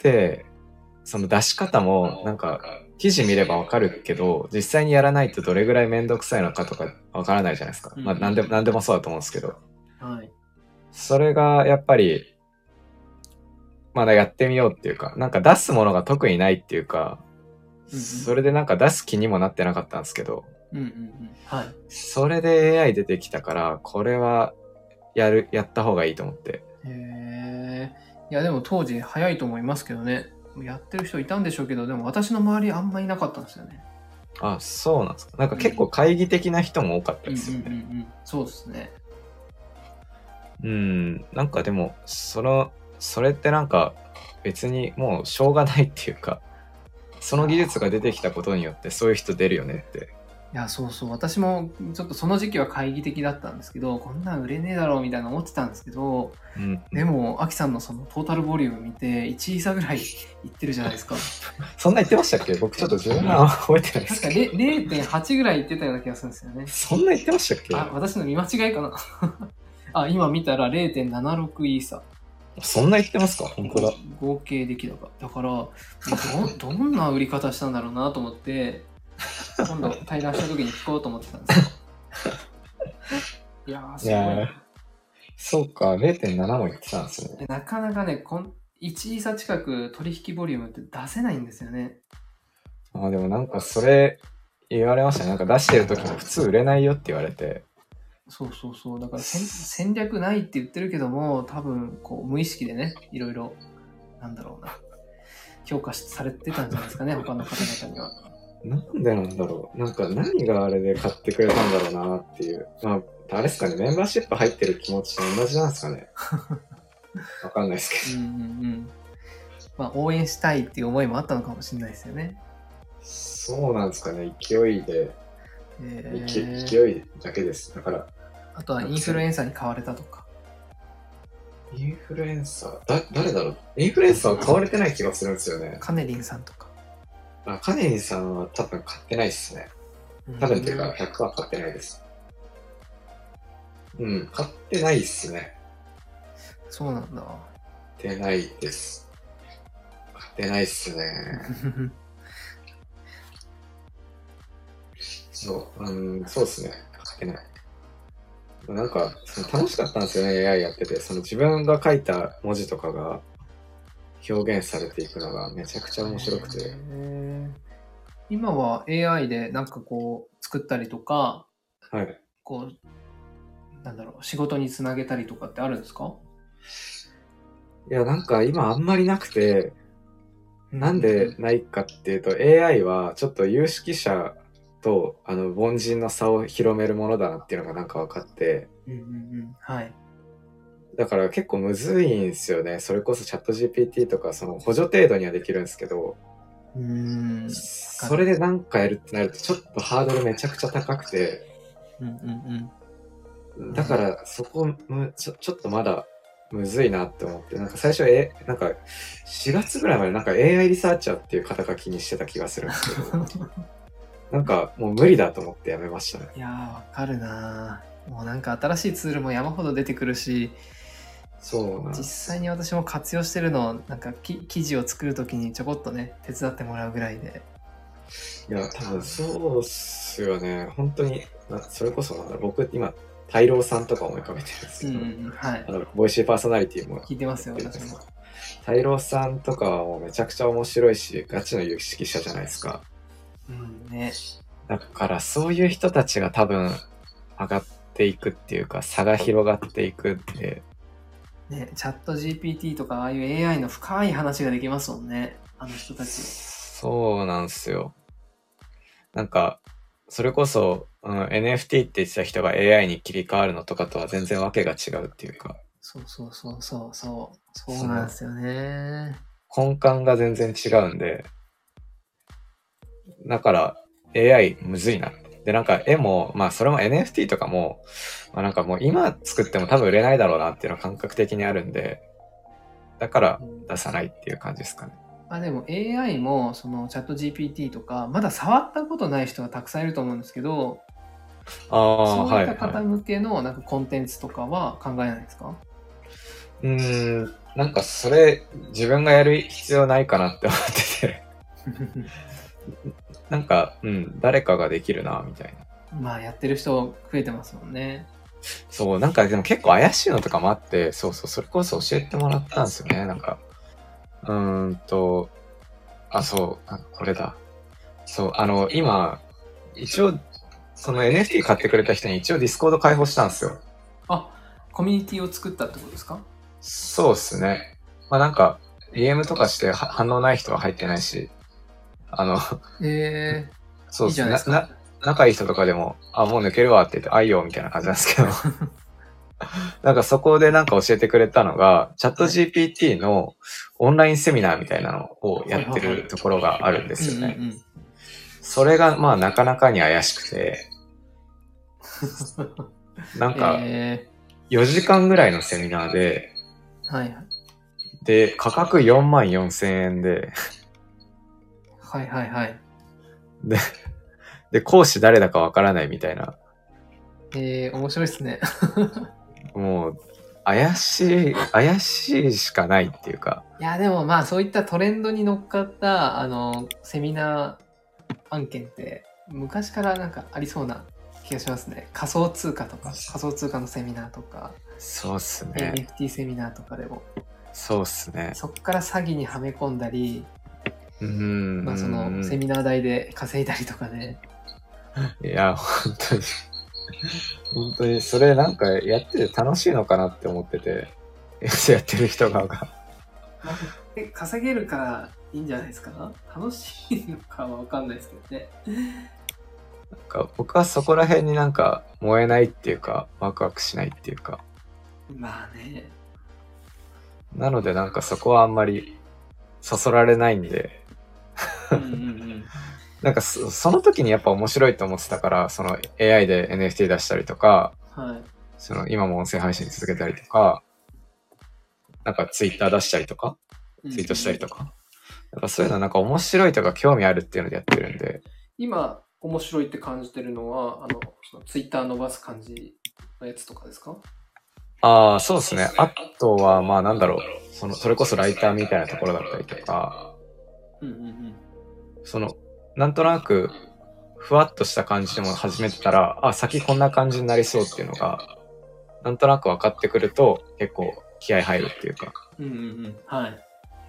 その出し方も、なんか、記事見ればわかるけど、実際にやらないとどれぐらいめんどくさいのかとかわからないじゃないですか。まあ、なんでもそうだと思うんですけど。 はい。 それが、やっぱり、まだやってみようっていうか、なんか出すものが特にないっていうか、それでなんか出す気にもなってなかったんですけど、 はい。 それで AI 出てきたから、これはやった方がいいと思って。 へえ。いや、でも当時早いと思いますけどね。やってる人いたんでしょうけど、でも私の周りあんまいなかったんですよね。 あ、そうなんですか。なんか結構懐疑的な人も多かったですよね。 そうですね。 なんかでも、それってなんか別にもうしょうがないっていうか、その技術が出てきたことによってそういう人出るよねって。 いや、そうそう。私もちょっとその時期は懐疑的だったんですけど、こんなん売れねえだろうみたいな思ってたんですけど、でも、アキさんのそのトータルボリューム見て、1イーサぐらいいってるじゃないですか。 そんな言ってましたっけ？僕ちょっと自分が覚えてないです確か 0.8 ぐらいいってたような気がするんですよね。 そんな言ってましたっけ？ あ、私の見間違いかな。あ、今見たら 0.76 イーサ。 そんな言ってますか？本当だ。 合計出来高。だから、どんな売り方したんだろうなと思って、今度対談した時に聞こうと思ってたんですよ。いやー、すごいな。 そうか、0.7 も言ってたんですね。 なかなかね、1イーサ近く取引ボリュームって出せないんですよね。 でもなんかそれ言われましたね。なんか出してる時も普通売れないよって言われて。 そうそうそう。だから戦略ないって言ってるけども、多分こう無意識でね、いろいろ、なんだろうな、評価されてたんじゃないですかね、他の方々には。 なんでなんだろう。なんか何があれで買ってくれたんだろうなっていう。まあ、あれですかね、メンバーシップ入ってる気持ちと同じなんですかね。わかんないですけど。 まあ、応援したいっていう思いもあったのかもしれないですよね。 そうなんですかね、勢いで。勢いだけです。だから。 あとはインフルエンサーに買われたとか。 インフルエンサー誰だろう。インフルエンサーは買われてない気がするんですよね。 カネリンさんとか。 カネリンさんは多分買ってないっすね。多分っていうか100は買ってないです。買ってないっすね。 そうなんだ。 買ってないです。買ってないっすね。そうっすね。買ってない。なんか、楽しかったんですよね、AI やってて。自分が書いた文字とかが表現されていくのがめちゃくちゃ面白くて。 今は AI でなんかこう作ったりとか、 はい。 こう、なんだろう、仕事につなげたりとかってあるんですか？ いや、なんか今あんまりなくて、なんでないかっていうと、AI はちょっと有識者と凡人の差を広めるものだなっていうのがなんか分かって、 はい。 だから結構むずいんですよね。それこそチャット GPT とか補助程度にはできるんですけど、それでなんかやるってなるとちょっとハードルめちゃくちゃ高くて、だからそこちょっとまだむずいなって思って、なんか最初なんか4月ぐらいまでなんか AI リサーチャーっていう肩書きにしてた気がするんですけど、なんかもう無理だと思ってやめましたね。 いやー、わかるなー。もうなんか新しいツールも山ほど出てくるし、 そうなんです。 実際に私も活用してるのをなんか記事を作るときにちょこっとね手伝ってもらうぐらいで。 いや多分そうっすよね。本当にそれこそ僕今大郎さんとか思い浮かべてるんですけど、 はい。 ボイシーパーソナリティも聞いてますよ私も。 大郎さんとかはもうめちゃくちゃ面白いしガチの有識者じゃないですか。 ね。 だからそういう人たちが多分上がっていくっていうか差が広がっていくってね、チャット GPT とかああいう AI の深い話ができますもんね、あの人たち。 そうなんすよ。なんかそれこそ、NFT って言ってた人が AI に切り替わるのとかとは全然わけが違うっていうか。 そうなんですよね。 根幹が全然違うんで、だから AI むずいな。で、なんか絵も、まあそれも NFT とかも、まあなんかもう今作っても多分売れないだろうなっていうのは感覚的にあるんで、だから出さないっていう感じですかね。 まあでも AI もそのチャット GPT とかまだ触ったことない人がたくさんいると思うんですけど、 ああ、 そうはいい、 った方は向けのなんかコンテンツとかは考えないですか？ い。なんかそれ自分がやる必要ないかなって思ってて、なんか、誰かができるな、みたいな。 まあやってる人増えてますもんね。 そう、なんかでも結構怪しいのとかもあって、そうそう、それこそ教えてもらったんですよね。なんか、これだ。そう、今、一応、その NFT 買ってくれた人に一応ディスコード開放したんですよ。 あ、コミュニティを作ったってことですか？ そうっすね。まあなんか、DM とかして反応ない人は入ってないし、 えそうっすね。 いいじゃないですか。 仲いい人とかでも、もう抜けるわって言って、あいよ、みたいな感じなんですけど。なんかそこでなんか教えてくれたのが、チャット GPT のオンラインセミナーみたいなのをやってるところがあるんですよね。それがまあなかなかに怪しくて、なんか4時間ぐらいのセミナーで、 はいはい。 で、価格44,000円で、 はいはいはい。 で、講師誰だかわからないみたいな。 面白いですね。 もう、怪しいしかないっていうか。 いや、でもまあそういったトレンドに乗っかった、セミナー案件って、昔からなんかありそうな気がしますね。仮想通貨とか、仮想通貨のセミナーとか、 そうっすね。 NFT セミナーとかでも。 そうっすね。 そっから詐欺にはめ込んだり、まあそのセミミナー代で稼いだりとかね。 いや、本当に、それなんかやってて楽しいのかなって思ってて、やってる人側が。 稼げるからいいんじゃないですか？楽しいのかはわかんないですけどね。 なんか僕はそこら辺になんか燃えないっていうか、ワクワクしないっていうか。 まあね。 なのでなんかそこはあんまりそそられないんで、なんかその時にやっぱ面白いと思ってたから、その AI で NFT 出したりとか、 はい、 その今も音声配信続けたりとか、なんか Twitter 出したりとか、ツイートしたりとか、なんかそういうのなんか面白いとか興味あるっていうのでやってるんで。 今面白いって感じてるのは、その Twitter 伸ばす感じのやつとかですか？ ああ、そうですね。あとは、まあなんだろう。それこそライターみたいなところだったりとか、なんとなく、ふわっとした感じでも始めてたら、先こんな感じになりそうっていうのが、なんとなく分かってくると、結構気合入るっていうか。 はい。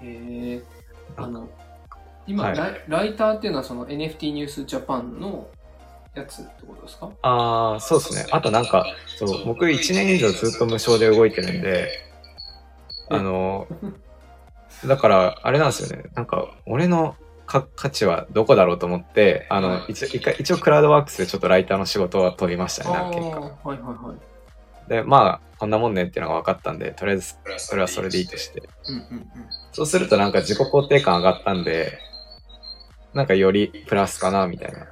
今、はい、ライターっていうのはその NFT ニュースジャパンのやつってことですか？ そうですね。あとなんか、僕1年以上ずっと無償で動いてるんで、だから、あれなんですよね。なんか、俺の価値はどこだろうと思って、一応クラウドワークスでちょっとライターの仕事は取りましたね、何件か。で、まあ、こんなもんねっていうのが分かったんで、とりあえず、それはそれでいいとして。そうするとなんか自己肯定感上がったんで、なんかよりプラスかな、みたいな。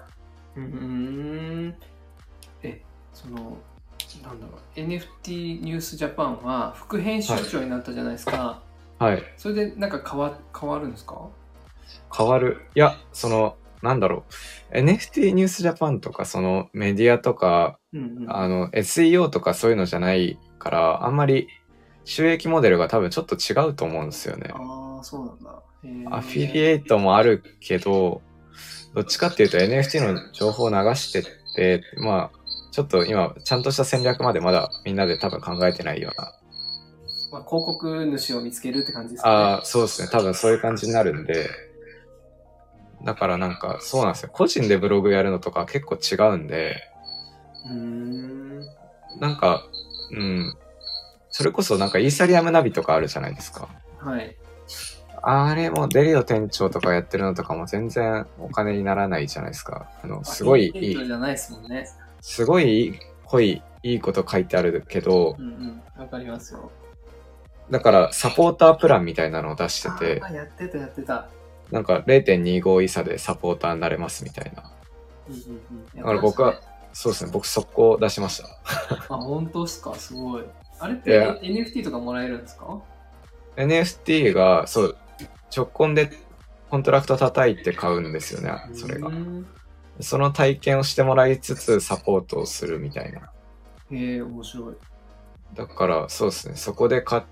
なんだろう、NFT ニュースジャパンは副編集長になったじゃないですか。 はい。 それでなんか変わるんですか？ 変わる。いや、なんだろう。NFT ニュースジャパンとか、メディアとか、SEO とかそういうのじゃないから、あんまり収益モデルが多分ちょっと違うと思うんですよね。 ああ、そうなんだ。 アフィリエイトもあるけど、どっちかっていうと NFT の情報を流してって、まあ、ちょっと今、ちゃんとした戦略までまだみんなで多分考えてないような。 まあ、広告主を見つけるって感じですかね。 そうですね。多分そういう感じになるんで。だからなんか、そうなんですよ。個人でブログやるのとか結構違うんで。なんか、それこそなんかイーサリアムナビとかあるじゃないですか。 はい。 あれもデリオ店長とかやってるのとかも全然お金にならないじゃないですか。すごいいい。 じゃないですもんね。 すごい濃い、いいこと書いてあるけど。 わかりますよ。 だからサポータープランみたいなのを出してて。 やってた。 なんか 0.25 イーサでサポーターになれますみたいな。だから僕は、そうですね、僕速攻出しました。 本当ですか？すごい。あれって NFT とかもらえるんですか？ NFT が、そう、直近でコントラクト叩いて買うんですよね、それが。 うん。 その体験をしてもらいつつサポートをするみたいな。 へえ、面白い。 だからそうですね、そこで買って、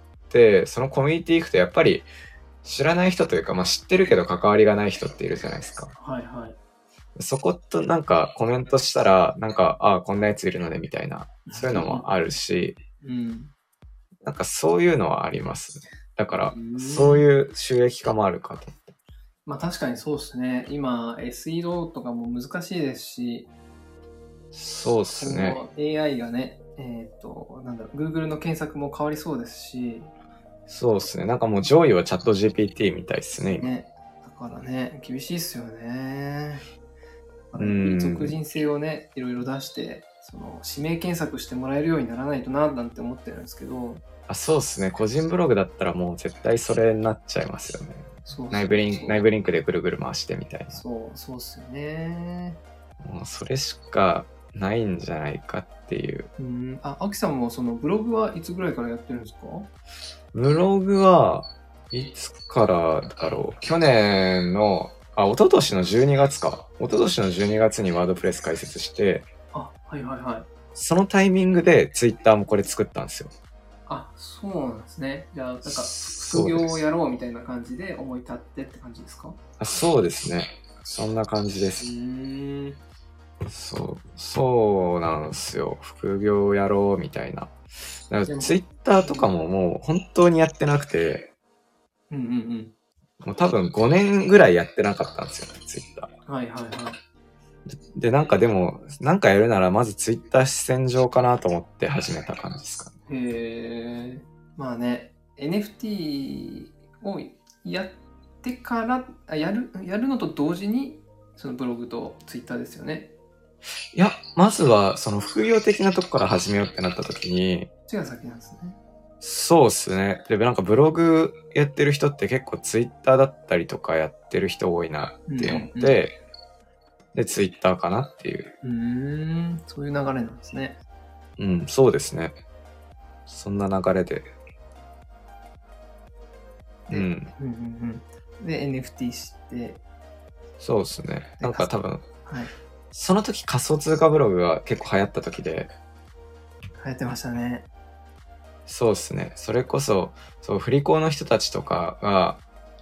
そのコミュニティ行くとやっぱり知らない人というか、まあ知ってるけど関わりがない人っているじゃないですか。 はいはい。 そことなんかコメントしたら、なんか、ああ、こんなやついるのでみたいな、そういうのもあるし、 うん。 なんかそういうのはありますね。だから、 うんそういう収益化もあるかと。 まあ確かにそうですね。今、SEO とかも難しいですし、 そうですね。 今後 AI がね、なんだろう、Google の検索も変わりそうですし、 そうですね。なんかもう上位はチャット GPT みたいですね、今。 ね。だからね、厳しいっすよね。だからうん属人性をね、いろいろ出して、その指名検索してもらえるようにならないとな、なんて思ってるんですけど、 あ、そうですね。個人ブログだったらもう絶対それになっちゃいますよね。 そう内部リンクでぐるぐる回してみたいな。 そうっすよね。 もうそれしかないんじゃないかっていう。 アキさんもそのブログはいつぐらいからやってるんですか？ ブログはいつからだろう。去年の、一昨年の12月か。一昨年の12月にワードプレス開設して、 あ、はいはいはい。 そのタイミングでツイッターもこれ作ったんですよ。 あ、そうなんですね。じゃあ、なんか、 そうです副業をやろうみたいな感じで思い立ってって感じですか？ そうですね。そんな感じです。そうなんですよ。副業やろうみたいな。だからツイッターとかももう本当にやってなくて、もう多分5年ぐらいやってなかったんですよね、ツイッター。 はいはいはい。 で、なんかでも、なんかやるならまずツイッター視線上かなと思って始めた感じですかね。 へえ。まあね、NFT をやってからやるのと同時に、そのブログとツイッターですよね。 いや、まずはその副業的なとこから始めようってなった時に、 違う先なんですね。 そうっすね。で、なんかブログやってる人って結構ツイッターだったりとかやってる人多いなって思って、で、ツイッターかなっていう。 そういう流れなんですね。 うん、そうですね。そんな流れで。 で、NFT 知って。 そうですね。なんか多分、 はい、 その時仮想通貨ブログが結構流行った時で。 流行ってましたね。 そうですね。それこそ、そう、振り子の人たちとかが、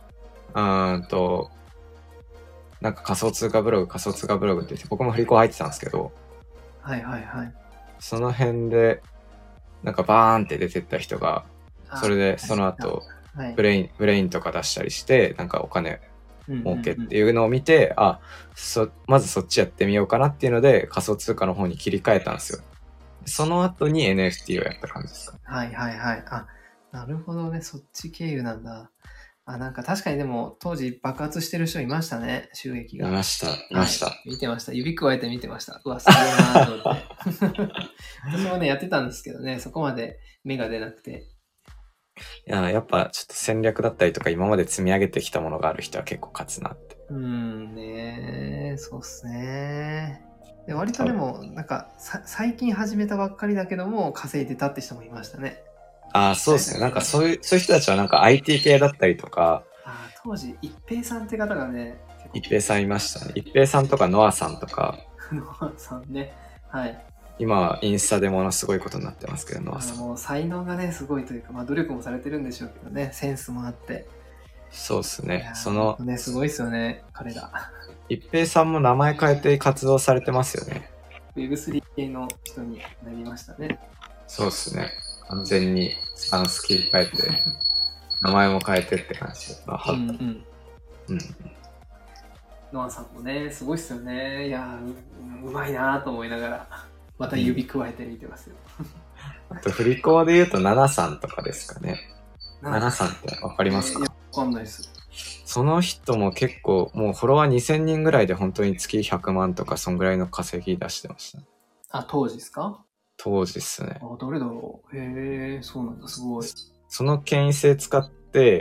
なんか仮想通貨ブログって言って、僕も振り子入ってたんですけど、 はいはいはい。 その辺で、なんかバーンって出てった人が、それでその後、ブレインとか出したりして、なんかお金儲けっていうのを見て、まずそっちやってみようかなっていうので、仮想通貨の方に切り替えたんですよ。その後に NFT をやった感じですか。 はいはいはい。なるほどね。そっち経由なんだ。なんか確かにでも当時爆発してる人いましたね、収益が。 いました。 見てました。指くわえて見てました。うわ、すげえなーと思って。私もね、やってたんですけどね、そこまで芽が出なくて。 やっぱちょっと戦略だったりとか今まで積み上げてきたものがある人は結構勝つなって。 そうっすね。で割とでも、なんか最近始めたばっかりだけども、稼いでたって人もいましたね。 そうですね。なんかそういう人たちはなんか IT 系だったりとか。 当時、一平さんって方がね、 一平さんいましたね。一平さんとかノアさんとか。 ノアさんね。はい。 今、インスタでものすごいことになってますけど、ノアさん。 もう才能がね、すごいというか、努力もされてるんでしょうけどね、センスもあって。 そうですね。 すごいですよね、彼ら。 一平さんも名前変えて活動されてますよね。 Web3 系の人になりましたね。 そうですね。完全にスタンス切り替えて、名前も変えてって感じで。 ノアさんもね、すごいっすよね。いやうまいなと思いながら、また指くわえて見てますよ。 あと、振り子で言うと、ナナさんとかですかね。ナナさんってわかりますか？ わかんないです。 その人も結構、もうフォロワー2000人ぐらいで本当に月100万とか、そんぐらいの稼ぎ出してました。 当時ですか？ 当時っすね。 どれだろう。へえ、そうなんだ、すごい。 その権威性使って、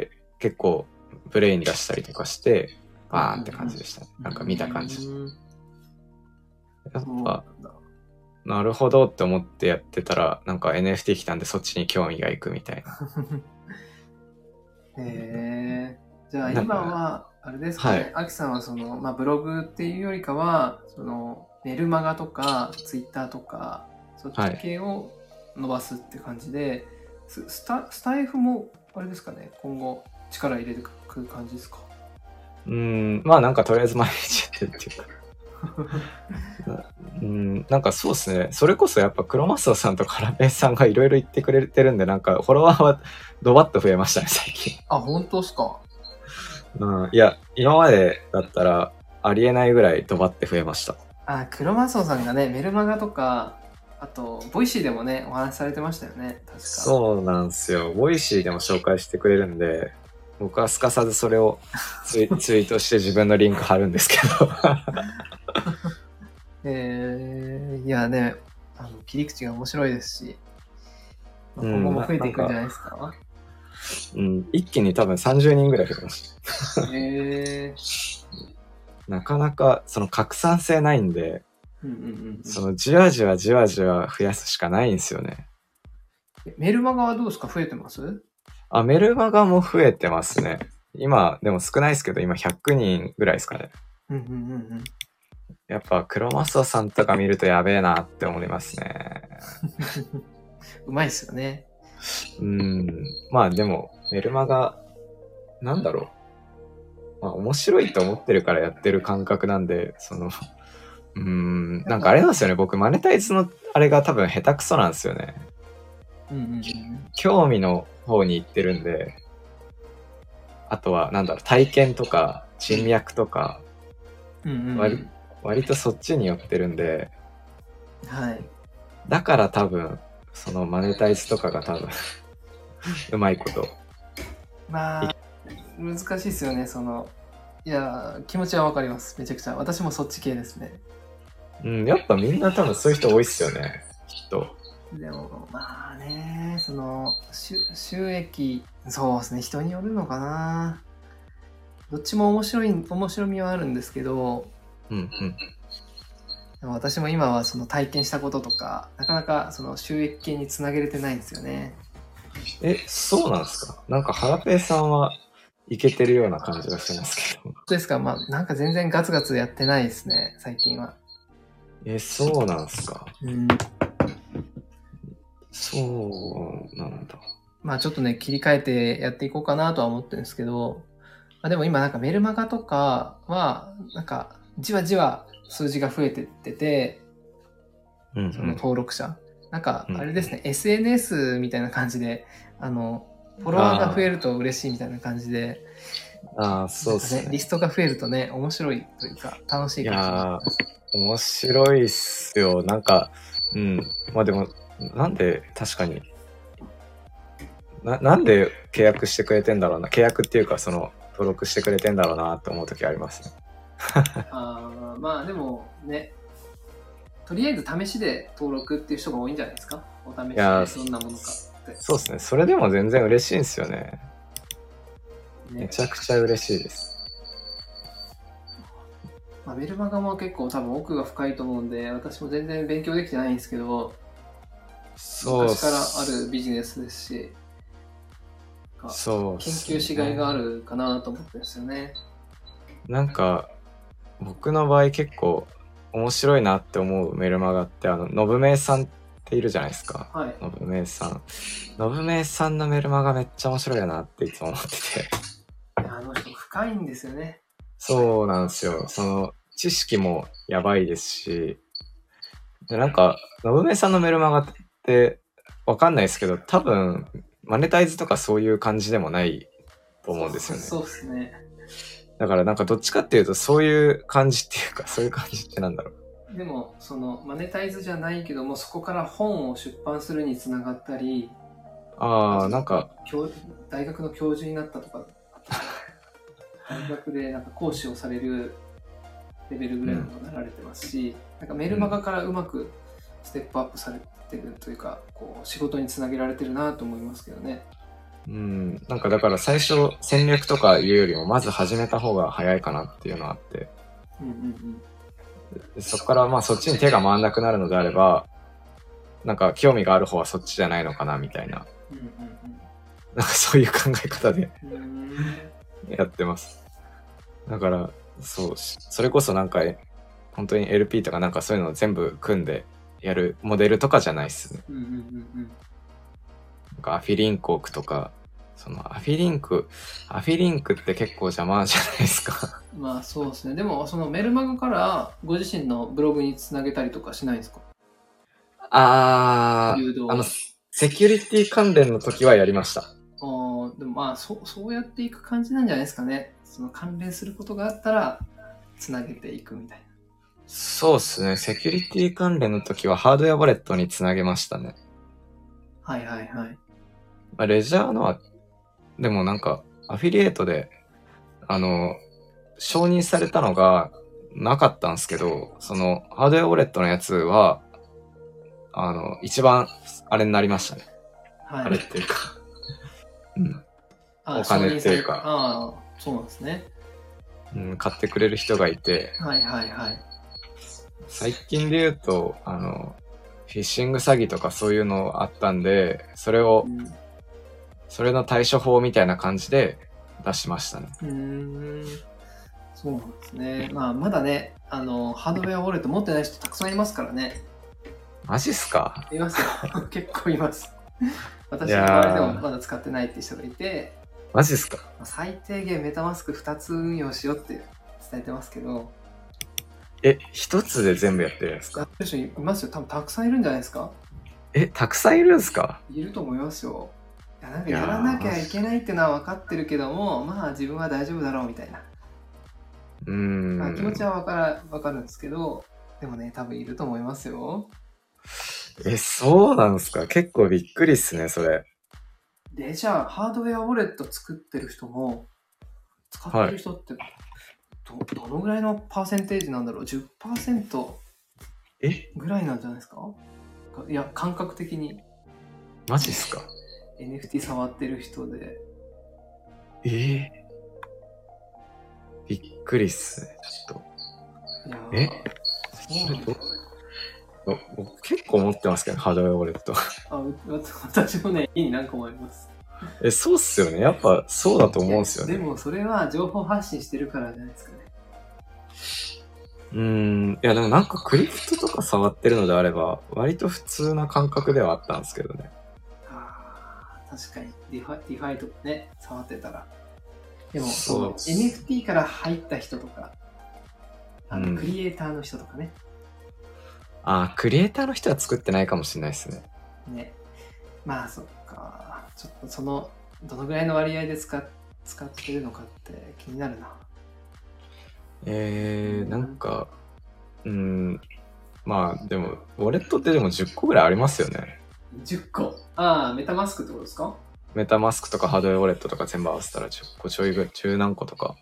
結構、ブレイン出したりとかして、バーンって感じでしたね。なんか見た感じ。やっぱ、なるほどって思ってやってたら、なんか NFT 来たんでそっちに興味がいくみたいな。 へえ。 じゃあ今は、あれですかね、アキさんはその、まあブログっていうよりかは、その、メルマガとか、ツイッターとか、そっち系を伸ばすって感じで、スタイフも、あれですかね、今後力入れてくる感じですか？ まあなんかとりあえず毎日やってるっていうか。なんかそうですね。それこそやっぱクロマスオさんとカラペンさんがいろいろ言ってくれてるんで、なんかフォロワーはドバッと増えましたね、最近。 あ、本当ですか？ いや、今までだったらありえないぐらいドバって増えました。 あ、クロマスオさんがね、メルマガとか、あと、ボイシーでもね、お話しされてましたよね、確か。 そうなんですよ。ボイシーでも紹介してくれるんで、僕はすかさずそれをツイートして自分のリンク貼るんですけど。 いやね、切り口が面白いですし、今後も増えていくんじゃないですか？ 一気に多分30人ぐらい増えました。なかなかその拡散性ないんで、そのじわじわじわじわ増やすしかないんですよね。 メルマガはどうですか？増えてます？ メルマガも増えてますね。今、でも少ないですけど、今100人ぐらいですかね。やっぱクロマスオさんとか見るとやべえなって思いますね。 うまいっすよね。 まあでも、メルマガ、なんだろう。まあ面白いと思ってるからやってる感覚なんで、その、なんかあれなんですよね。僕、マネタイズのあれが多分下手くそなんですよね。興味の方に行ってるんで、あとは、なんだろう、体験とか人脈とか、割とそっちに寄ってるんで、 はい。 だから多分、そのマネタイズとかが多分、うまいこと。 まあ、難しいですよね、その、いや、気持ちはわかります。めちゃくちゃ。私もそっち系ですね。 やっぱみんな多分そういう人多いっすよね、きっと。 でも、まあね、その、収益、そうですね、人によるのかな。どっちも面白みはあるんですけど、でも私も今はその体験したこととか、なかなかその収益系につなげれてないんですよね。 そうなんですか？なんかハラペーさんはいけてるような感じがしてますけど。 そうですか？まあなんか全然ガツガツやってないですね、最近は。そうなんですか？そうなんだ。 まあちょっとね、切り替えてやっていこうかなとは思ってるんですけど、でも今なんかメルマガとかは、なんかじわじわ数字が増えてってて、その登録者。なんかあれですね、SNS みたいな感じで、フォロワーが増えると嬉しいみたいな感じで、 そうですね。 リストが増えるとね、面白いというか、楽しい感じ。面白いっすよ。なんか、まあでも、なんで、確かに、なんで契約してくれてんだろうな。契約っていうか、その、登録してくれてんだろうなって思う時ありますね。 まあでもね、とりあえず試しで登録っていう人が多いんじゃないですか？お試しでどんなものかって。 そうですね。それでも全然嬉しいんですよね。めちゃくちゃ嬉しいです。 メルマガも結構多分奥が深いと思うんで、私も全然勉強できてないんですけど、昔からあるビジネスですし、研究しがいがあるかなと思ってるんですよね。 なんか僕の場合結構面白いなって思うメルマガってのぶめいさんっているじゃないですか。のぶめいさん。のぶめいさんのメルマガめっちゃ面白いなっていつも思ってて。 あの人深いんですよね。 そうなんですよ。その知識もやばいですし、でなんかのぶめいさんのメルマガってわかんないですけど、多分マネタイズとかそういう感じでもないと思うんですよね。 そうですね。 だからなんかどっちかっていうとそういう感じっていうか、そういう感じってなんだろう。でもそのマネタイズじゃないけども、そこから本を出版するにつながったり、 なんか大学の教授になったとか、大学でなんか講師をされるレベルぐらいにもなられてますし、なんかメルマガからうまくステップアップされてるというか、こう仕事につなげられてるなと思いますけどね。 なんかだから最初戦略とかいうよりもまず始めた方が早いかなっていうのがあって、そこからまあそっちに手が回んなくなるのであれば、なんか興味がある方はそっちじゃないのかなみたいな、なんかそういう考え方でやってます。だから、そう、それこそなんか、本当に LP とかなんかそういうのを全部組んでやるモデルとかじゃないっすね。なんかアフィリンク置くとか、そのアフィリンクって結構邪魔じゃないですか。 まあそうですね。でもそのメルマガからご自身のブログにつなげたりとかしないんですか？誘導セキュリティ関連の時はやりました。 でもまあそうやっていく感じなんじゃないですかね。その関連することがあったらつなげていくみたいな。 そうですね。セキュリティ関連の時はハードウェアウォレットにつなげましたね。 はいはいはい。 まあ、レジャーのは、でもなんかアフィリエイトで、承認されたのがなかったんですけど、そのハードウェアウォレットのやつは、一番あれになりましたね。はい、あれっていうか、うん。お金っていうか。 そうなんですね。 うん、買ってくれる人がいて。 はいはいはい。 最近で言うと、フィッシング詐欺とかそういうのあったんで、それの対処法みたいな感じで出しましたね。 そうなんですね。まあ、まだね、ハードウェアウォレット持ってない人たくさんいますからね。 マジっすか？ いますよ。結構います。私の周りでもまだ使ってないって人がいて。 マジっすか？ 最低限メタマスク2つ運用しようって伝えてますけど。 一つで全部やってるんですか？ やってる人いますよ。多分たくさんいるんじゃないですか？ たくさんいるんですか？ いると思いますよ。なんかやらなきゃいけないっていうのは分かってるけども、まあ自分は大丈夫だろうみたいな。まあ、気持ちは分かるんですけど、でもね、多分いると思いますよ。 そうなんですか？結構びっくりっすね、それ。 で、じゃあ、ハードウェアウォレット作ってる人も、使ってる人って、どのぐらいのパーセンテージなんだろう？ 10% ぐらいなんじゃないですか？いや、感覚的に。 マジっすか？ NFT 触ってる人で。 びっくりっすね、ちょっと。僕結構持ってますけど、ハードウェアウォレット。 私もね、家に何個もあります。 そうっすよね。やっぱそうだと思うんすよね。 でもそれは情報発信してるからじゃないですかね。 いやでもなんかクリプトとか触ってるのであれば、割と普通な感覚ではあったんですけどね。 確かに。ディファイとかね、触ってたら。でも、NFT から入った人とか、クリエイターの人とかね。 クリエイターの人は作ってないかもしれないですね。 ね。まあ、そっか。ちょっとどのぐらいの割合で使ってるのかって気になるな。 なんか、まあでも、ウォレットってでも10個ぐらいありますよね。 10個。メタマスクってことですか？ メタマスクとかハードウェアウォレットとか全部合わせたら10個ちょいぐらい、10何個とか。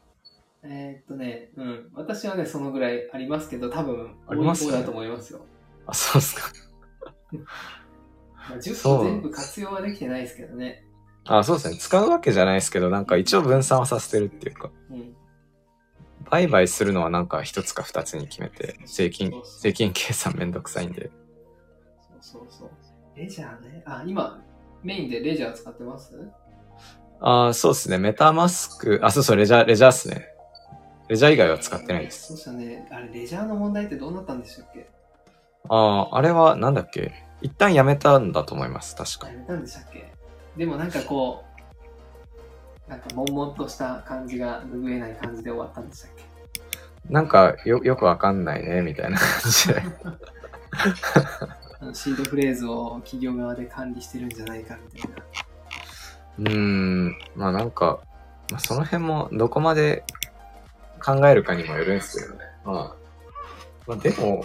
私はね、そのぐらいありますけど、多分、多い方だと思いますよ。 そうっすか。 10個全部活用はできてないですけどね。 そうですね。使うわけじゃないですけど、なんか一応分散はさせてるっていうか。売買するのはなんか1つか2つに決めて、税金計算めんどくさいんで。 そう。レジャーね。今、メインでレジャー使ってます？ そうですね。メタマスク、そう、レジャーっすね。レジャー以外は使ってないです。 そうしたね。レジャーの問題ってどうなったんでしたっけ？ あれはなんだっけ？一旦やめたんだと思います、確か。 やめたんでしたっけ？でもなんかこう、なんか悶々とした感じが拭えない感じで終わったんでしたっけ？ なんかよくわかんないね、みたいな感じで。 シードフレーズを企業側で管理してるんじゃないかみたいな。 まあなんか、その辺もどこまで考えるかにもよるんですけどね。まあでも、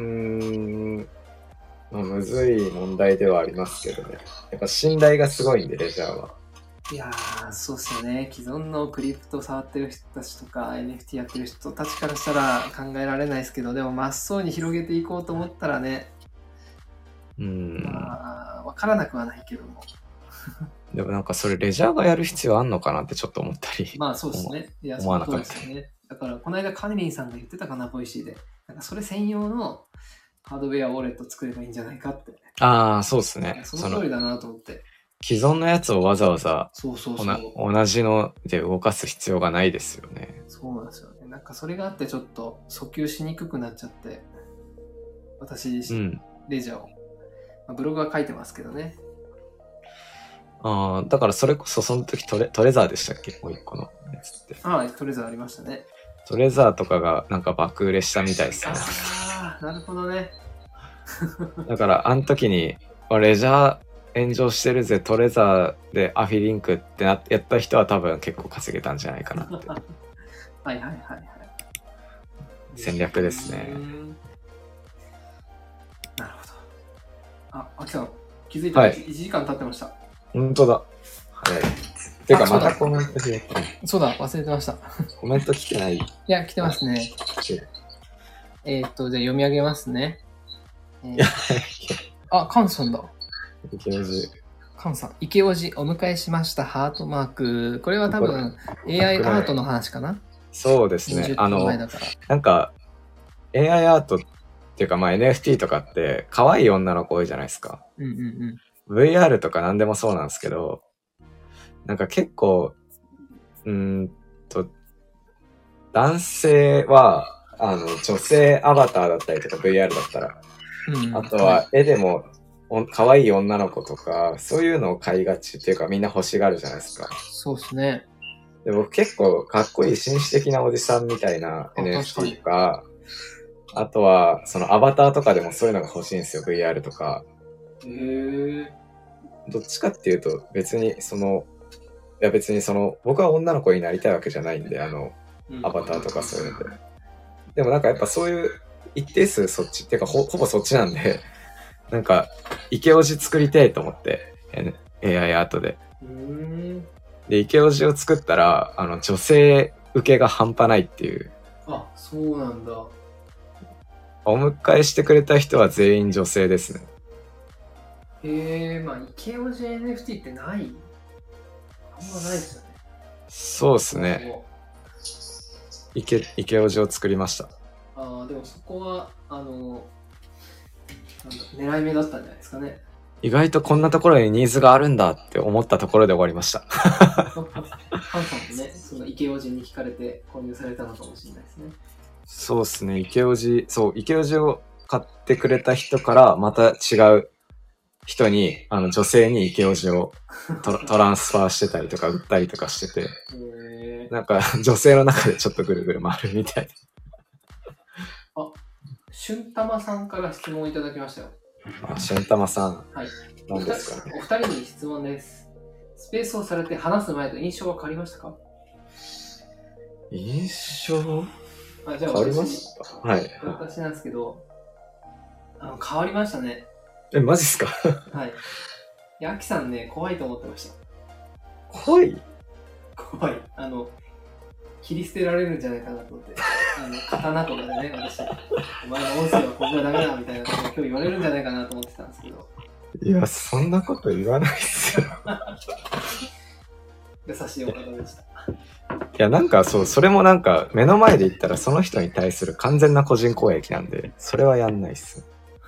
むずい問題ではありますけどね。やっぱ信頼がすごいんで、レジャーは。 いやー、そうっすよね。既存のクリプト触ってる人たちとか NFT やってる人たちからしたら考えられないですけど、でもまっそうに広げていこうと思ったらね、まあ、わからなくはないけども。 でもなんかそれレジャーがやる必要あんのかなってちょっと思ったり。 まあそうですね。いや、 思わなかった。 そうですよね。だからこの間カネリンさんが言ってたかな、ボイシーで。なんかそれ専用のハードウェアウォレット作ればいいんじゃないかって。 そうですね。 その通りだなと思って。 既存のやつをわざわざそうそうそう。 同じので動かす必要がないですよね。 そうなんですよね。なんかそれがあってちょっと訴求しにくくなっちゃって、私自身、レジャーを、ブログは書いてますけどね。 だからそれこそその時トレザーでしたっけ、もう一個のやつって。 トレザーありましたね。 トレザーとかがなんか爆売れしたみたいですね。 なるほどね。 だからあの時にレジャー炎上してるぜ、トレザーでアフィリンクってやった人は多分結構稼げたんじゃないかなって。 はい戦略ですね。 なるほど。あきさん気づいたら1時間経ってました。 本当だ。はい。てかまたコメントしてそうだ、忘れてました。 コメント来てない？いや、来てますね。じゃあ読み上げますね。カンさんだ。カンさん、池オジお迎えしました。ハートマーク。これは多分 AI アートの話かな？ そうですね。なんか AI アートっていうかNFT とかって可愛い女の子多いじゃないですか。VR とか何でもそうなんですけど、なんか結構男性は女性アバターだったりとか VR だったら、あとは絵でも可愛い女の子とかそういうのを買いがちっていうかみんな欲しがるじゃないですか。 そうですね。 で僕結構かっこいい紳士的なおじさんみたいな NFT とか、あとはそのアバターとかでもそういうのが欲しいんですよ、 VR とか。どっちかっていうと別に僕は女の子になりたいわけじゃないんで、アバターとかそういうので。でもなんかやっぱそういう一定数そっちっていうかほぼそっちなんで、なんかイケオジ作りたいと思って、AI アートで。でイケオジを作ったら女性受けが半端ないっていう。 あ、そうなんだ。 お迎えしてくれた人は全員女性ですね。 イケオジ NFT ってない？あんまないですよね。 そうですね。イケオジを作りました。 でもそこは狙い目だったんじゃないですかね。 意外とこんなところにニーズがあるんだって思ったところで終わりました。 ハンさんもね、そのイケオジに惹かれて購入されたのかもしれないですね。 そうですね。イケオジを買ってくれた人からまた違う人に女性にイケオジをトランスファーしてたりとか売ったりとかしてて、なんか女性の中でちょっとぐるぐる回るみたいな。 しゅんたまさんから質問いただきましたよ。 しゅんたまさん。 はい。 何ですかね。 お二人に質問です。スペースをされて話す前と印象は変わりましたか？ 印象？ じゃあ変わりました？はい。 私なんですけど、変わりましたね。 マジっすか？ はい。いや、アキさんね、怖いと思ってました。 怖い？ 怖い。切り捨てられるんじゃないかなと思って。刀とかでね、私、お前の音声はここがダメだみたいなことを今日言われるんじゃないかなと思ってたんですけど。 いや、そんなこと言わないっすよ。 優しいお方でした。 いや、なんかそれもなんか目の前で言ったらその人に対する完全な個人攻撃なんで、それはやんないっす。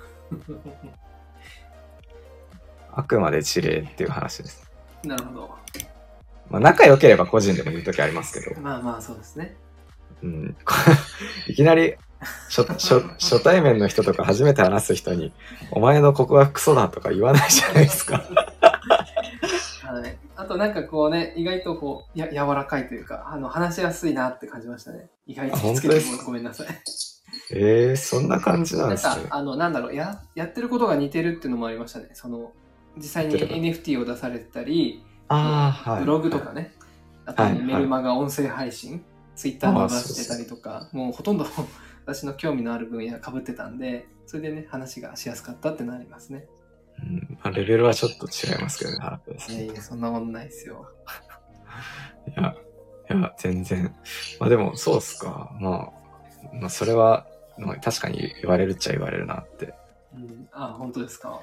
あくまで事例っていう話です。 なるほど。 仲良ければ個人でも言うときありますけど。 そうですね。 いきなり初対面の人とか初めて話す人にお前のここはクソだとか言わないじゃないですか。 はい。あとなんかこうね、意外とこう柔らかいというか話しやすいなって感じましたね。意外とつけてもごめんなさい。 そんな感じなんですね。 なんだろう、やってることが似てるっていうのもありましたね。実際に NFT を出されてたり、ブログとかね、あとメルマガ音声配信、ツイッターも出してたりとか、もうほとんど私の興味のある分野被ってたんで、それでね、話がしやすかったってのありますね。 レベルはちょっと違いますけどね、ハラペですね。 いや、そんなことないですよ。 いや、全然。でも、そうっすか。それは、確かに言われるっちゃ言われるなって。 本当ですか。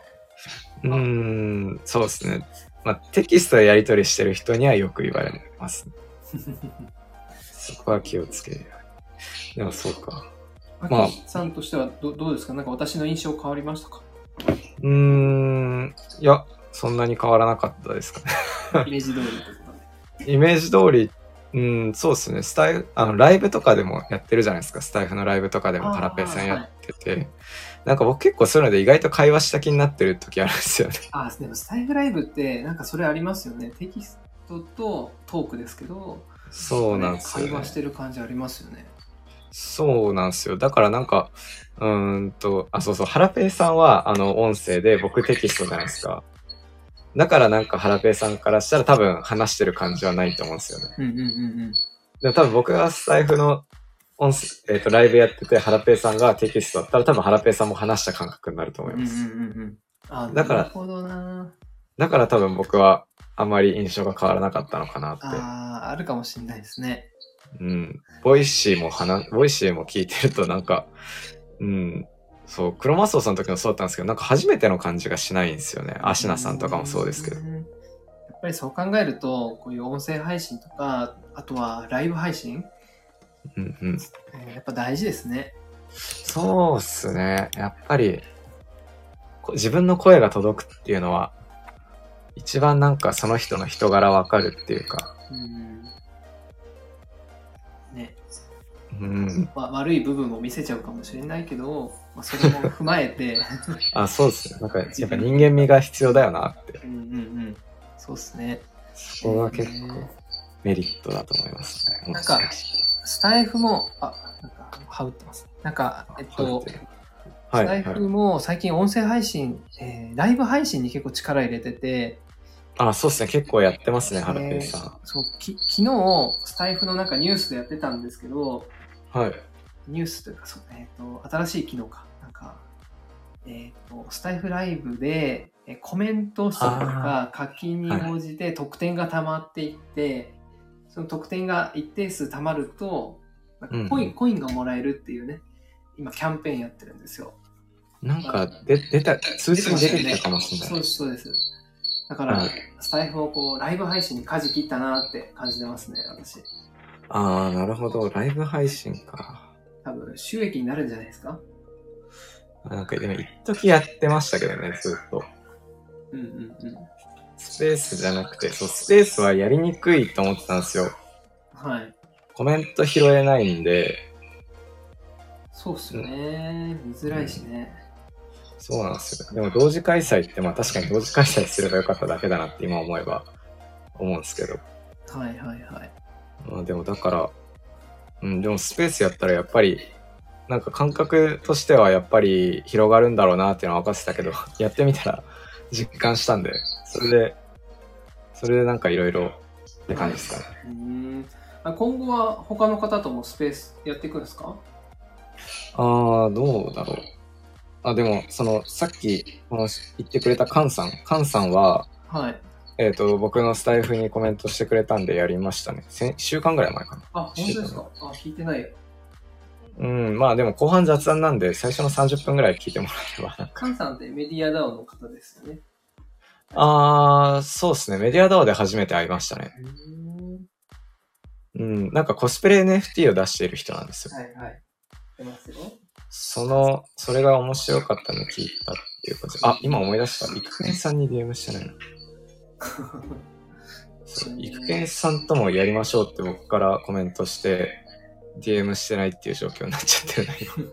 そうですね。テキストでやり取りしてる人にはよく言われます。そこは気をつける。でもそうか。 アキさんとしてはどうですか？なんか私の印象変わりましたか？ いや、 そんなに変わらなかったですかね。 イメージ通りってことで。 イメージ通り、そうですね。ライブとかでもやってるじゃないですか。スタイフのライブとかでもハラペイさんやってて、なんか僕結構そういうので意外と会話した気になってる時あるんですよね。 でもスタイフライブってなんかそれありますよね。テキストとトークですけど、 そうなんですよね。 会話してる感じありますよね。 そうなんですよ。だからなんか、そうそう、ハラペイさんは音声で僕テキストじゃないですか。だからなんかハラペイさんからしたら多分話してる感じはないと思うんですよね。でも多分僕がスタイフの音声、ライブやっててハラペイさんがテキストだったら多分ハラペイさんも話した感覚になると思います。だから、 なるほどな。 だから多分僕はあまり印象が変わらなかったのかなって。 あるかもしれないですね。 ボイシーも聞いてるとなんか、そう、クロマスオさんの時もそうだったんですけど、なんか初めての感じがしないんですよね。アシナさんとかもそうですけど。 やっぱりそう考えると、こういう音声配信とか、あとはライブ配信、やっぱ大事ですね。 そうっすね。やっぱり、自分の声が届くっていうのは、一番なんかその人の人柄わかるっていうか。 ね。悪い部分を見せちゃうかもしれないけど、それも踏まえてそうですね。なんかやっぱ人間味が必要だよなって。 そうですね。 そこが結構メリットだと思いますね。 なんかスタイフもなんか羽織ってます。なんかスタイフも最近音声配信、ライブ配信に結構力入れてて。 そうですね。結構やってますね、ハラペイさん。 そう、昨日スタイフのなんかニュースでやってたんですけど、ニュースというか新しい機能か。なんか、スタイフライブでコメント数とか課金に応じて得点が溜まっていって、その得点が一定数溜まると、なんかコインがもらえるっていうね、今キャンペーンやってるんですよ。 なんか通知に出てきたかもしれない。 そうです。だから、スタイフをこうライブ配信に舵切ったなって感じてますね、私。 なるほど。ライブ配信か。 多分、収益になるんじゃないですか？ なんか、でも、一時やってましたけどね、ずっと。スペースじゃなくて、スペースはやりにくいと思ってたんですよ。コメント拾えないんで。 そうっすよね。見づらいしね。 そうなんですよ。でも同時開催って確かに同時開催すればよかっただけだなって今思えば思うんですけど。でもだから、でもスペースやったらやっぱりなんか感覚としてはやっぱり広がるんだろうなっていうのは分かってたけど、やってみたら実感したんで、それでなんかいろいろって感じですかね。 今後は他の方ともスペースやっていくんですか？ どうだろう。でも、さっき言ってくれたカンさんは、僕のスタイフにコメントしてくれたんでやりましたね。1週間ぐらい前かな。 本当ですか？聞いてないよ。 でも後半雑談なんで、最初の30分ぐらい聞いてもらえれば。 カンさんってメディアダオの方ですよね。 そうですね。メディアダオで初めて会いましたね。なんかコスプレ NFT を出している人なんですよ。 出ますよ。 それが面白かったのを聞いたっていうことで、今思い出した。イクケンさんに DM してないの。イクケンさんともやりましょうって僕からコメントして、DM してないっていう状況になっちゃってる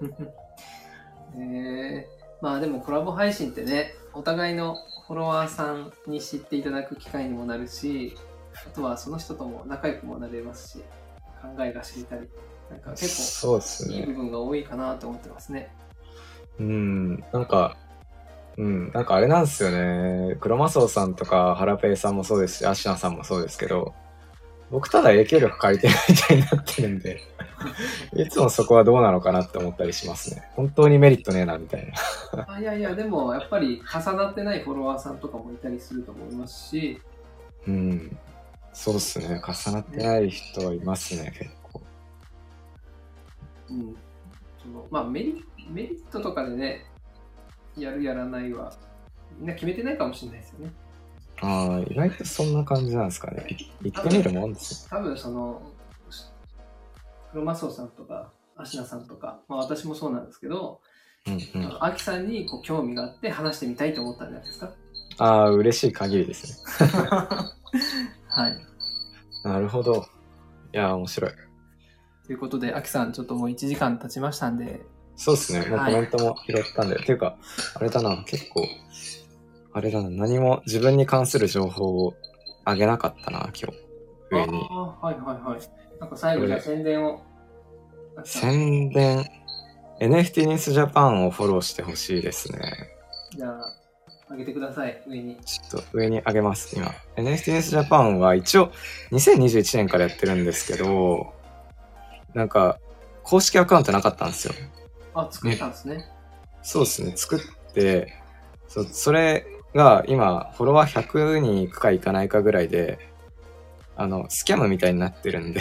な、でもコラボ配信ってね、お互いのフォロワーさんに知っていただく機会にもなるし、あとはその人とも仲良くもなれますし、考えが知れたり。なんか結構いい部分が多いかなと思ってますね。 なんかあれなんですよね。クロマソウさんとかハラペイさんもそうですし、アシナさんもそうですけど、僕ただ影響力借りてるみたいになってるんで、いつもそこはどうなのかなって思ったりしますね。本当にメリットねえなみたいな。 いやでもやっぱり重なってないフォロワーさんとかもいたりすると思いますし。 そうっすね。重なってない人はいますね、結構。 メリットとかでね、やるやらないはみんな決めてないかもしれないですよね。 意外とそんな感じなんですかね。言ってみるもんですよ。多分クロマソウさんとかアシナさんとか、私もそうなんですけど、アキさんに興味があって話してみたいと思ったんじゃないですか。 ああ、嬉しい限りですね。 はい。 なるほど。いや、面白い。 ということで、アキさん、ちょっともう1時間経ちましたんで。 そうですね。もうコメントも拾ったんで。っていうか、あれだな、結構、あれだな、何も自分に関する情報をあげなかったな、今日。上に。 ああ、はいはいはい。なんか最後じゃあ宣伝を。 宣伝。NFT ニュースジャパンをフォローしてほしいですね。 じゃあ、上げてください、上に。 ちょっと上に上げます、今。NFT ニュースジャパンは一応2021年からやってるんですけど、なんか、公式アカウントなかったんですよ。 あ、作ったんですね。 そうですね、作って、それが今、フォロワー100人いくかいかないかぐらいで、スキャムみたいになってるんで。